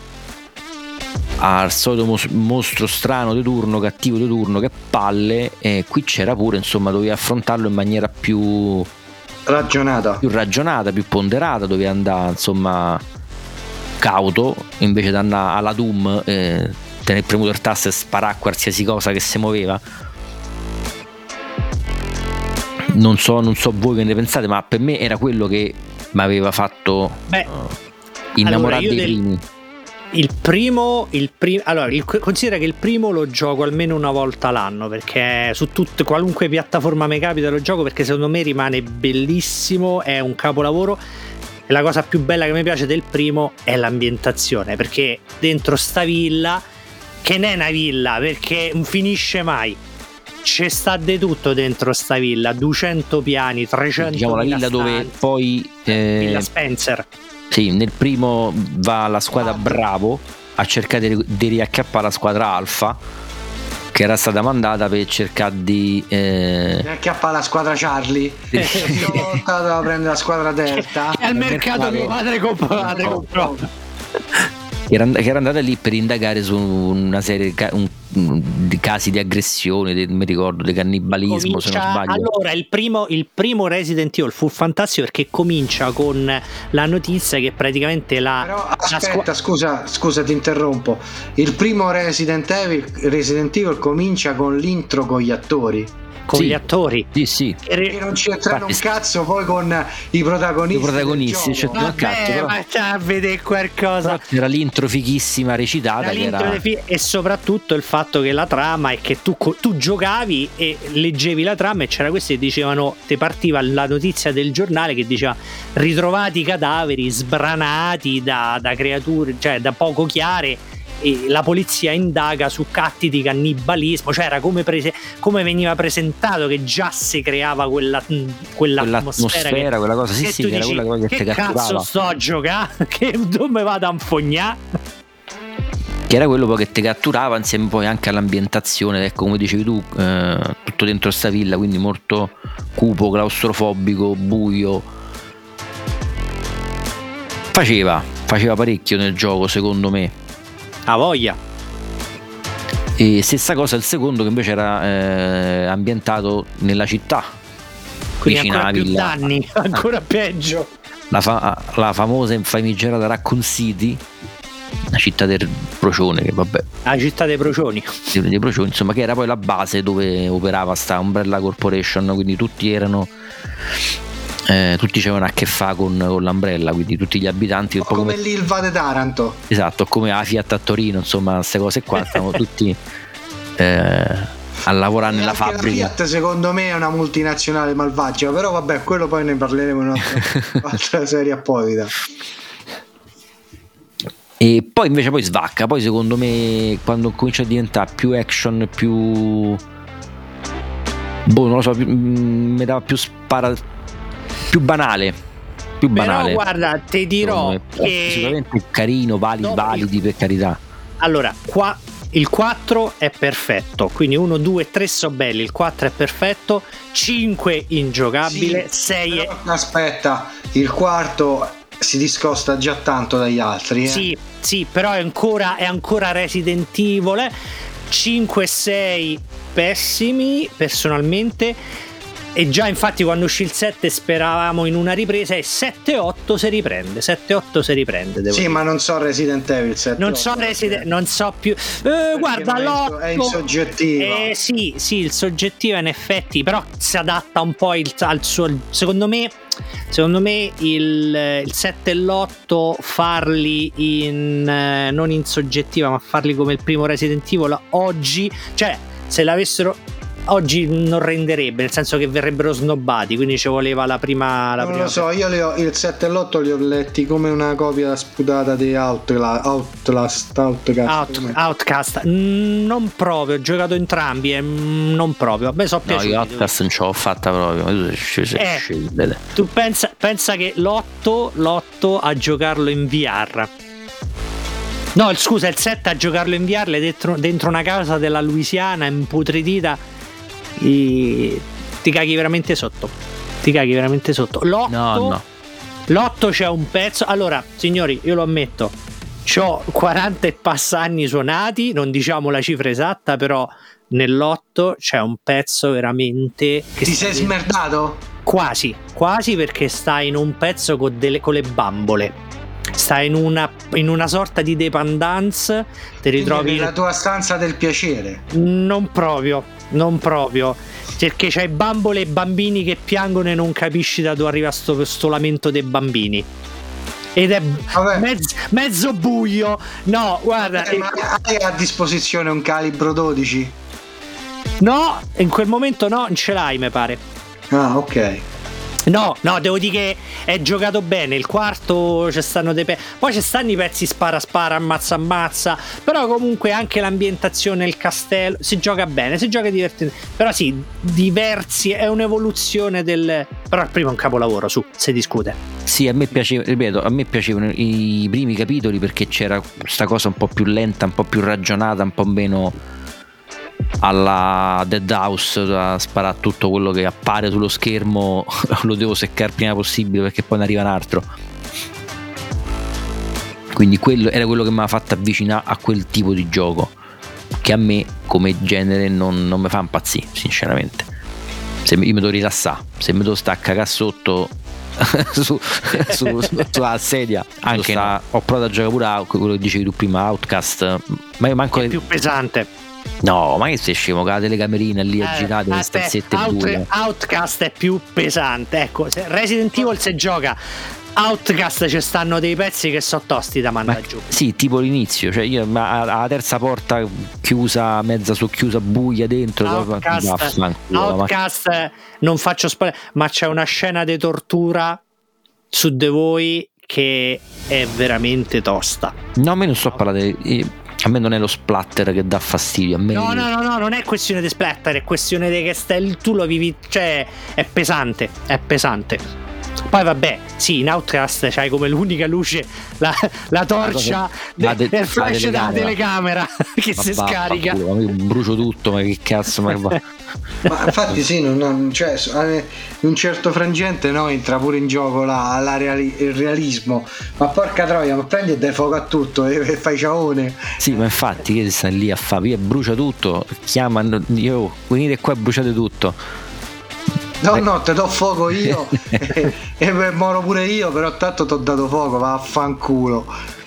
al solito mostro strano di turno, cattivo di turno, che palle, e qui c'era pure, insomma, dovevi affrontarlo in maniera più ragionata, più ponderata, dovevi andare, insomma, cauto, invece di andare alla Doom, tenere premuto il tasto e sparare a qualsiasi cosa che si muoveva. Non so voi che ne pensate, ma per me era quello che mi aveva fatto innamorare dei primi. Allora, considera che il primo lo gioco almeno una volta l'anno, perché su qualunque piattaforma mi capita lo gioco, perché secondo me rimane bellissimo, è un capolavoro. E la cosa più bella che mi piace del primo è l'ambientazione, perché dentro sta villa, che non è una villa perché non finisce mai, c'è sta di tutto dentro sta villa, 200 piani, 300, diciamo la villa stanze, dove poi Villa Spencer. Sì, nel primo va la squadra Bravo a cercare di riacchiappare la squadra Alfa, che era stata mandata per cercare di riacchiappare la squadra Charlie. Sono stato a prendere la squadra Delta e al mercato mio padre comprò. Era andata lì per indagare su una serie di casi di aggressione, mi ricordo, di cannibalismo, se non sbaglio. Allora il primo Resident Evil fu fantastico, perché comincia con la notizia che praticamente però aspetta, scusa ti interrompo. Il primo Resident Evil comincia con l'intro con gli attori. con gli attori. Sì. Che non c'entrano un cazzo poi con i protagonisti. Cioè, Vabbè, ma c'è a vedere qualcosa. Era l'intro fighissima recitata e soprattutto il fatto che la trama è che tu giocavi e leggevi la trama e c'era questo e dicevano, ti partiva la notizia del giornale che diceva ritrovati cadaveri sbranati da creature, cioè da poco chiare, e la polizia indaga su atti di cannibalismo, cioè era come veniva presentato, che già si creava quell'atmosfera, quella cosa, sì, che era dici, quella che cazzo sto a giocare, che dove vado a infognare, che era quello poi che ti catturava, insieme poi anche all'ambientazione, ecco, come dicevi tu, tutto dentro sta villa, quindi molto cupo, claustrofobico, buio. Faceva parecchio nel gioco, secondo me. A voglia. E stessa cosa il secondo, che invece era ambientato nella città, quindi ancora più danni, ancora peggio. La famosa e famigerata Raccoon City, la città del procione, che vabbè, la città dei procioni, insomma, che era poi la base dove operava sta Umbrella Corporation, quindi tutti avevano a che fare con l'Umbrella, quindi tutti gli abitanti, un po' come l'Ilva de Taranto, esatto, come la Fiat a Torino, insomma, queste cose qua stavano tutti a lavorare nella fabbrica. La Fiat secondo me è una multinazionale malvagia, però vabbè, quello poi ne parleremo in un'altra serie apposita. E poi invece svacca, poi secondo me quando comincia a diventare più action, più non lo so, mi dava più banale. Però guarda, ti dirò che sicuramente carino, validi per carità. Allora, qua il 4 è perfetto, quindi 1, 2, 3 so belli, il 4 è perfetto, 5 ingiocabile, sì, 6 è... Aspetta, il quarto si discosta già tanto dagli altri. Sì, però è ancora Resident Evil. 5 e 6 pessimi personalmente, e già infatti quando uscì il 7 speravamo in una ripresa, e 7-8 si riprende devo dire. Ma non so Resident Evil 7, non so più guarda, l'8 è in soggettiva, sì, il soggettivo in effetti, però si adatta un po' al suo, secondo me il 7 e l'8 farli non in soggettiva, ma farli come il primo Resident Evil oggi, cioè se l'avessero oggi non renderebbe, nel senso che verrebbero snobbati, quindi ci voleva la prima. Non lo so, io il 7 e l'8 li ho letti come una copia sputata di Outcast. Non proprio, ho giocato entrambi e non proprio, a me so piaciuti. No, io Outcast non ce l'ho fatta proprio. Tu pensa che l'8 a giocarlo in VR. No, scusa, il 7 a giocarlo in VR dentro una casa della Louisiana imputridita, ti caghi veramente sotto. L'8 no. L'8 c'è un pezzo. Allora, signori, io lo ammetto, c'ho 40 e passa anni suonati, non diciamo la cifra esatta, però nell'8 c'è un pezzo veramente che ti sei smerdato? Quasi, perché stai in un pezzo con le bambole. Stai in una sorta di dependance, ti ritrovi nella tua stanza del piacere. Non proprio, perché c'hai bambole e bambini che piangono e non capisci da dove arriva sto lamento dei bambini, ed è mezzo buio. No, guarda, ma hai a disposizione un calibro 12? No, in quel momento no, non ce l'hai, mi pare. Ah, ok. No, devo dire che è giocato bene. Il quarto poi ci stanno i pezzi spara, ammazza, però comunque anche l'ambientazione, il castello, si gioca bene, si gioca divertente. Però sì, diversi, è un'evoluzione però il primo è un capolavoro, si discute. Sì, a me piacevano i primi capitoli, perché c'era questa cosa un po' più lenta, un po' più ragionata, un po' meno alla Dead House, a sparare tutto quello che appare sullo schermo. Lo devo seccare prima possibile, perché poi ne arriva un altro. Quindi quello era quello che mi ha fatto avvicinare a quel tipo di gioco, che a me come genere non mi fa impazzire, sinceramente. Se io mi devo rilassare, se mi devo stare a cagare sotto sulla sedia, anche ho provato a giocare pure quello che dicevi tu prima, Outcast, ma io manco è più pesante. No, ma che sei scemo, con la telecamerina lì agitata, le stanzette buie. Outcast è più pesante. Ecco, Resident Evil se gioca Outcast ci stanno dei pezzi che sono tosti da mandare giù. Sì, tipo l'inizio, cioè io alla terza porta chiusa, mezza socchiusa, buia dentro. Outcast non faccio spoiler, ma c'è una scena di tortura su The Voi che è veramente tosta. No, a me non sto parlando a me non è lo splatter che dà fastidio. A me no, non è questione di splatter, è questione di che tu lo vivi, cioè è pesante. Poi vabbè, sì, in Outcast c'hai come l'unica luce la torcia del flash della telecamera che si scarica. Brucio tutto, ma che cazzo, ma infatti sì, cioè, in un certo frangente entra pure in gioco il realismo, ma porca troia, ma prendi e dai fuoco a tutto e fai ciaone. Sì, ma infatti che stai lì a fare, brucia tutto, chiamano, venite qua e bruciate tutto. No, te do fuoco io e moro pure io, però tanto t'ho dato fuoco, vaffanculo.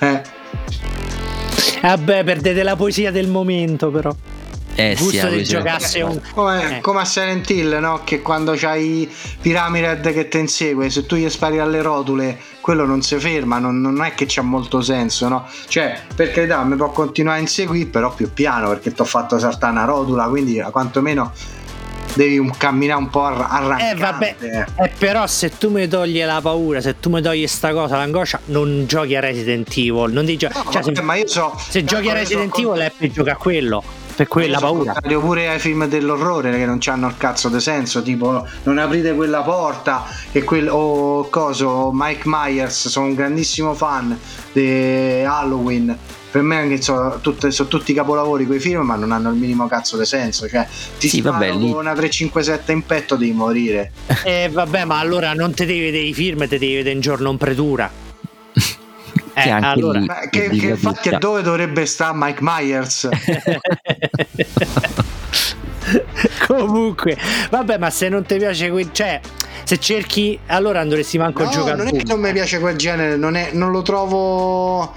Vabbè, perdete la poesia del momento, però. Gusto di giocasse come a Silent Hill, no? Che quando c'hai Pyramid che ti insegue, se tu gli spari alle rotule, quello non si ferma, non è che c'ha molto senso, no? Cioè, per carità, mi può continuare a inseguire, però più piano, perché t'ho fatto saltare una rotula, quindi quantomeno devi camminare un po' arrancante. Vabbè, però se tu mi togli la paura, se tu mi togli sta cosa, l'angoscia, non giochi a Resident Evil, non ti giochi. Ma io se giochi a Resident Evil è per giocare a quello, per quella paura. Pure ai film dell'orrore che non c'hanno il cazzo di senso, tipo non aprite quella porta e Mike Myers, sono un grandissimo fan di Halloween. Per me anche sono tutti capolavori quei film, ma non hanno il minimo cazzo di senso. Cioè, con una 357 in petto devi morire. Vabbè, ma allora non te devi vedere i film, te devi vedere in giorno in predura. Allora che infatti è dove dovrebbe stare Mike Myers. Comunque, vabbè, ma se non ti piace cioè, se cerchi, allora andresti manco a giocare. Non è che non mi piace quel genere, non lo trovo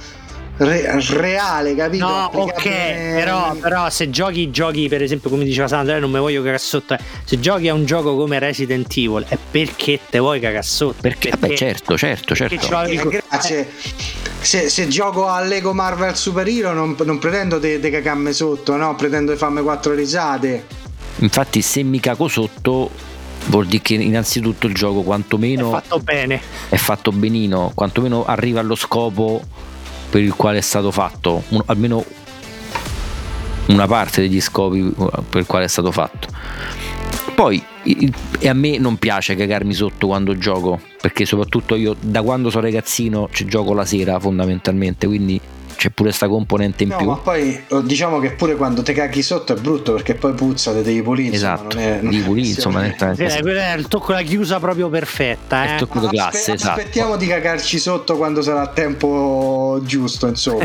reale, capito? No, ok, però se giochi per esempio, come diceva Sandra, non mi voglio cagare sotto, se giochi a un gioco come Resident Evil è perché te vuoi cagare sotto, perché vabbè, certo. Grazie. Se gioco a Lego Marvel Super Hero non pretendo di cagarmi sotto, no, pretendo di farmi 4 risate. Infatti se mi cago sotto vuol dire che innanzitutto il gioco quantomeno è fatto bene, è fatto benino, quantomeno arriva allo scopo per il quale è stato fatto, almeno una parte degli scopi per il quale è stato fatto. Poi e a me non piace cagarmi sotto quando gioco, perché soprattutto io da quando sono ragazzino ci gioco la sera fondamentalmente, quindi c'è pure sta componente in più. Ma poi diciamo che pure quando te caghi sotto è brutto, perché poi puzza, te devi pulire. Esatto, devi pulire, insomma. Quello è il tocco, la chiusa proprio perfetta. Il tocco di classe, esatto. Aspettiamo di cagarci sotto quando sarà il tempo giusto, insomma.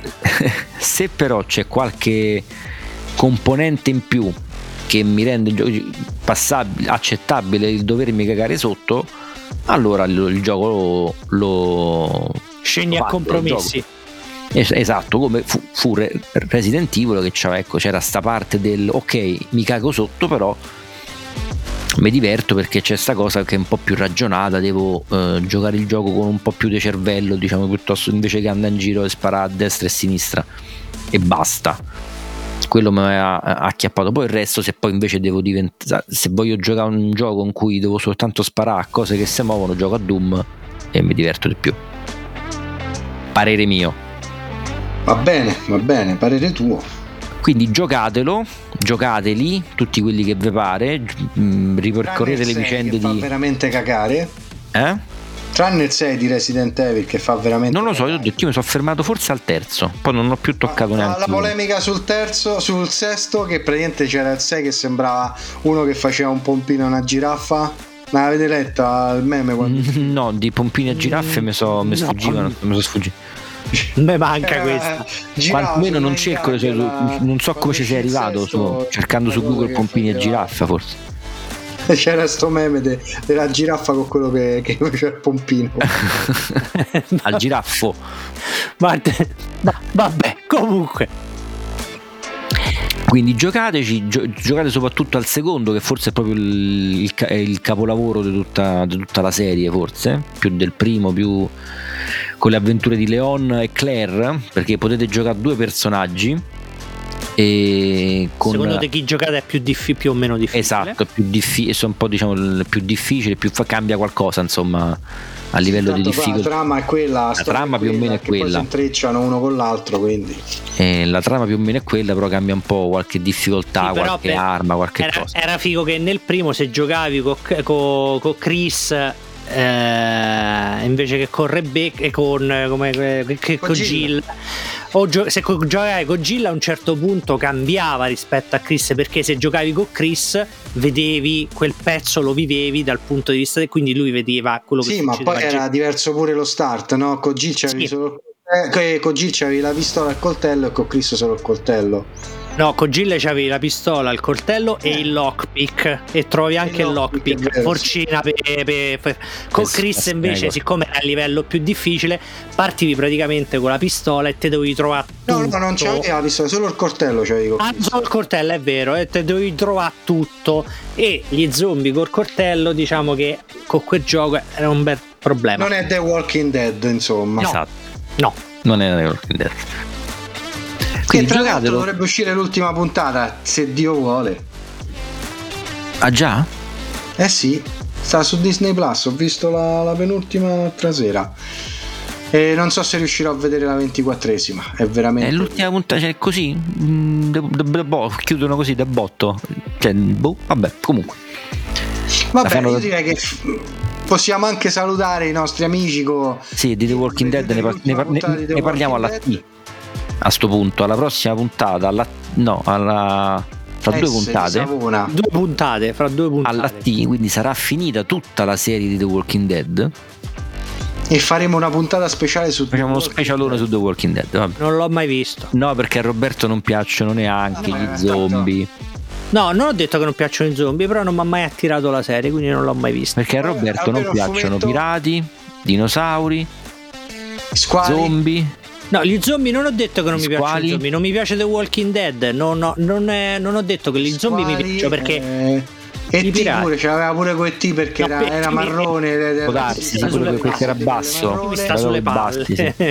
Se però c'è qualche componente in più che mi rende passabile, accettabile il dovermi cagare sotto, allora il gioco lo scendi a compromessi. Esatto, come fu Resident Evil, che c'era sta parte del ok, mi cago sotto, però mi diverto perché c'è sta cosa che è un po' più ragionata, devo giocare il gioco con un po' più di cervello, diciamo, piuttosto invece che andare in giro e sparare a destra e a sinistra e basta. Quello mi aveva acchiappato. Poi il resto, se poi invece devo diventare, se voglio giocare un gioco in cui devo soltanto sparare a cose che si muovono, gioco a Doom e mi diverto di più. Parere mio. Va bene, parere tuo. Quindi giocateli tutti quelli che vi pare, ripercorrete le vicende fa veramente cagare. Tranne il 6 di Resident Evil che fa veramente non lo so, io mi sono fermato forse al terzo, poi non ho più toccato neanche la polemica sul sesto, che praticamente c'era il 6 che sembrava uno che faceva un pompino a una giraffa. Ma l'avete letta il meme? No, di pompini a giraffe mi sono sfuggito. Beh, manca questa. Quantomeno non cerco, non so come ci sei arrivato cercando su Google pompini a giraffa, forse. C'era sto meme della giraffa con quello che faceva il pompino al giraffo. Vabbè, comunque Quindi giocateci, giocate soprattutto al secondo, che forse è proprio il capolavoro di tutta la serie, forse più del primo, più con le avventure di Leon e Claire, perché potete giocare 2 personaggi e secondo te chi giocate è più o meno difficile? Esatto, più difficile, un po' diciamo più difficile, cambia qualcosa insomma a livello di difficoltà. La trama è quella, la trama più o meno è quella, poi si intrecciano uno con l'altro, quindi la trama più o meno è quella, però cambia un po' qualche difficoltà, sì, qualche arma, qualche cosa. Era figo che nel primo, se giocavi con Chris invece che con Rebecca e con Jill, se giocavi con Jill a un certo punto cambiava rispetto a Chris, perché se giocavi con Chris vedevi quel pezzo, lo vivevi dal punto di vista e quindi lui vedeva quello che succedeva. Sì, ma poi era diverso pure lo start, no? Con Jill c'avevi solo con Jill c'avevi la pistola e il coltello e con Chris solo il coltello. No, con Jill c'avevi la pistola, il coltello e il lockpick, e trovi anche il lockpick, forcina con Chris invece, siccome era a livello più difficile, partivi praticamente con la pistola e te dovevi trovare tutto. No, non c'avevi la pistola, solo il coltello c'avevi. Solo il coltello, è vero, e te dovevi trovare tutto, e gli zombie col coltello, diciamo che con quel gioco era un bel problema. Non è The Walking Dead, insomma. No. Esatto. No, non è The Walking Dead. Quindi tra l'altro dovrebbe uscire l'ultima puntata, se Dio vuole. Ah già? Eh sì, sta su Disney Plus, ho visto la penultima sera e non so se riuscirò a vedere la 24esima. È veramente l'ultima puntata, cioè così chiudono così da botto, cioè, vabbè, comunque vabbè, io direi che possiamo anche salutare i nostri amici sì, di The Walking Dead, ne parliamo alla T. A sto punto, alla prossima puntata, fra 2 puntate. Fra 2 puntate. Alla T, quindi sarà finita tutta la serie di The Walking Dead. E faremo una puntata speciale facciamo uno specialone su The Walking Dead. Vabbè. Non l'ho mai visto. No, perché a Roberto non piacciono neanche gli zombie. No, non ho detto che non piacciono i zombie, però non mi ha mai attirato la serie, quindi non l'ho mai vista. Perché a Roberto non piacciono pirati, dinosauri, squali, zombie. No, gli zombie non ho detto che non mi piacciono i zombie, non mi piace The Walking Dead, non ho detto che gli zombie mi piacciono, perché E.T. pure, c'aveva pure quel T perché era marrone, può darsi, perché era basso, mi sta sulle palle.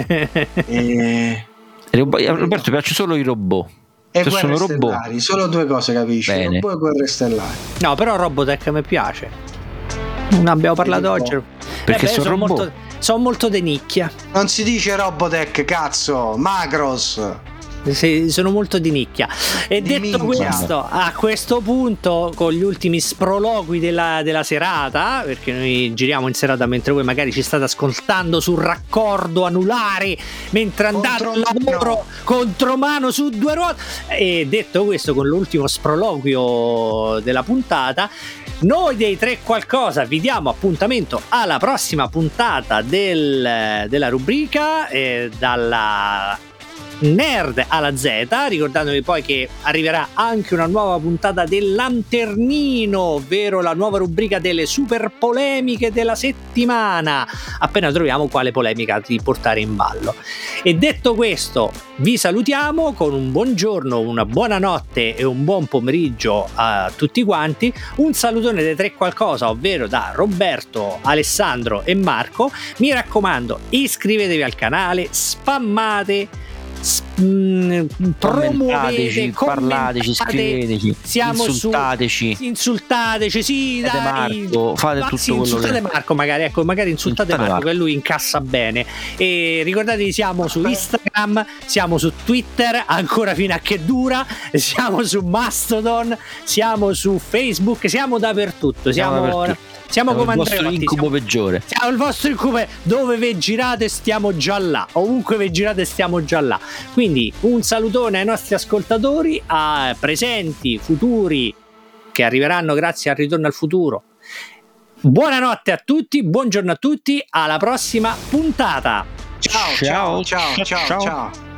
A Roberto piace solo i robot. E sono robot, solo 2 cose, capisci? Bene. Robot e guerre stellari. No, però Robotech mi piace. Non abbiamo parlato oggi. Perché sono robot. Sono molto de nicchia. Non si dice Robotech, cazzo, Macros. Sì, sono molto di nicchia. E detto questo, a questo punto, con gli ultimi sproloqui della serata, perché noi giriamo in serata mentre voi magari ci state ascoltando sul raccordo anulare mentre andate al lavoro, contromano su 2 ruote, e detto questo, con l'ultimo sproloquio della puntata, noi dei Tre Qualcosa vi diamo appuntamento alla prossima puntata della rubrica dalla Nerd alla Z, ricordandovi poi che arriverà anche una nuova puntata del Lanternino, ovvero la nuova rubrica delle super polemiche della settimana, appena troviamo quale polemica di portare in ballo. E detto questo, vi salutiamo con un buongiorno, una buona notte e un buon pomeriggio a tutti quanti. Un salutone dei Tre Qualcosa, ovvero da Roberto, Alessandro e Marco. Mi raccomando, iscrivetevi al canale, spammate, promuovete, parlateci, scriveteci, insultateci, sì, dai, Marco, fate tutto quello insultate che... Marco, magari insultate Marco, che lui incassa bene. E ricordatevi, siamo su Instagram, siamo su Twitter, ancora fino a che dura, siamo su Mastodon, siamo su Facebook, siamo dappertutto, siamo come il vostro incubo peggiore. Siamo il vostro incubo, dove ve girate stiamo già là, ovunque ve girate stiamo già là. Quindi un salutone ai nostri ascoltatori, a presenti, futuri, che arriveranno grazie al Ritorno al Futuro. Buonanotte a tutti, buongiorno a tutti, alla prossima puntata. Ciao.